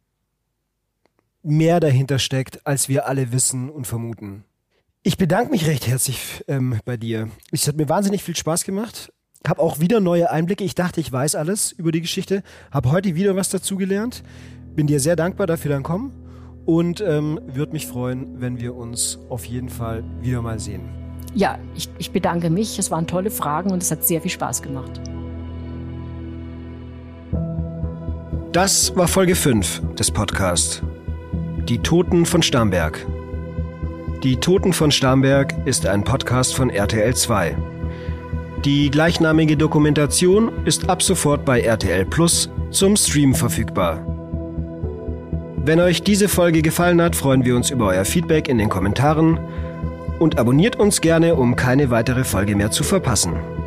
mehr dahinter steckt, als wir alle wissen und vermuten. Ich bedanke mich recht herzlich bei dir. Es hat mir wahnsinnig viel Spaß gemacht. Habe auch wieder neue Einblicke. Ich dachte, ich weiß alles über die Geschichte. Habe heute wieder was dazugelernt. Bin dir sehr dankbar dafür, dein Kommen. Und würde mich freuen, wenn wir uns auf jeden Fall wieder mal sehen. Ja, ich bedanke mich. Es waren tolle Fragen und es hat sehr viel Spaß gemacht. Das war Folge 5 des Podcasts. Die Toten von Starnberg. Die Toten von Starnberg ist ein Podcast von RTL 2. Die gleichnamige Dokumentation ist ab sofort bei RTL Plus zum Stream verfügbar. Wenn euch diese Folge gefallen hat, freuen wir uns über euer Feedback in den Kommentaren und abonniert uns gerne, um keine weitere Folge mehr zu verpassen.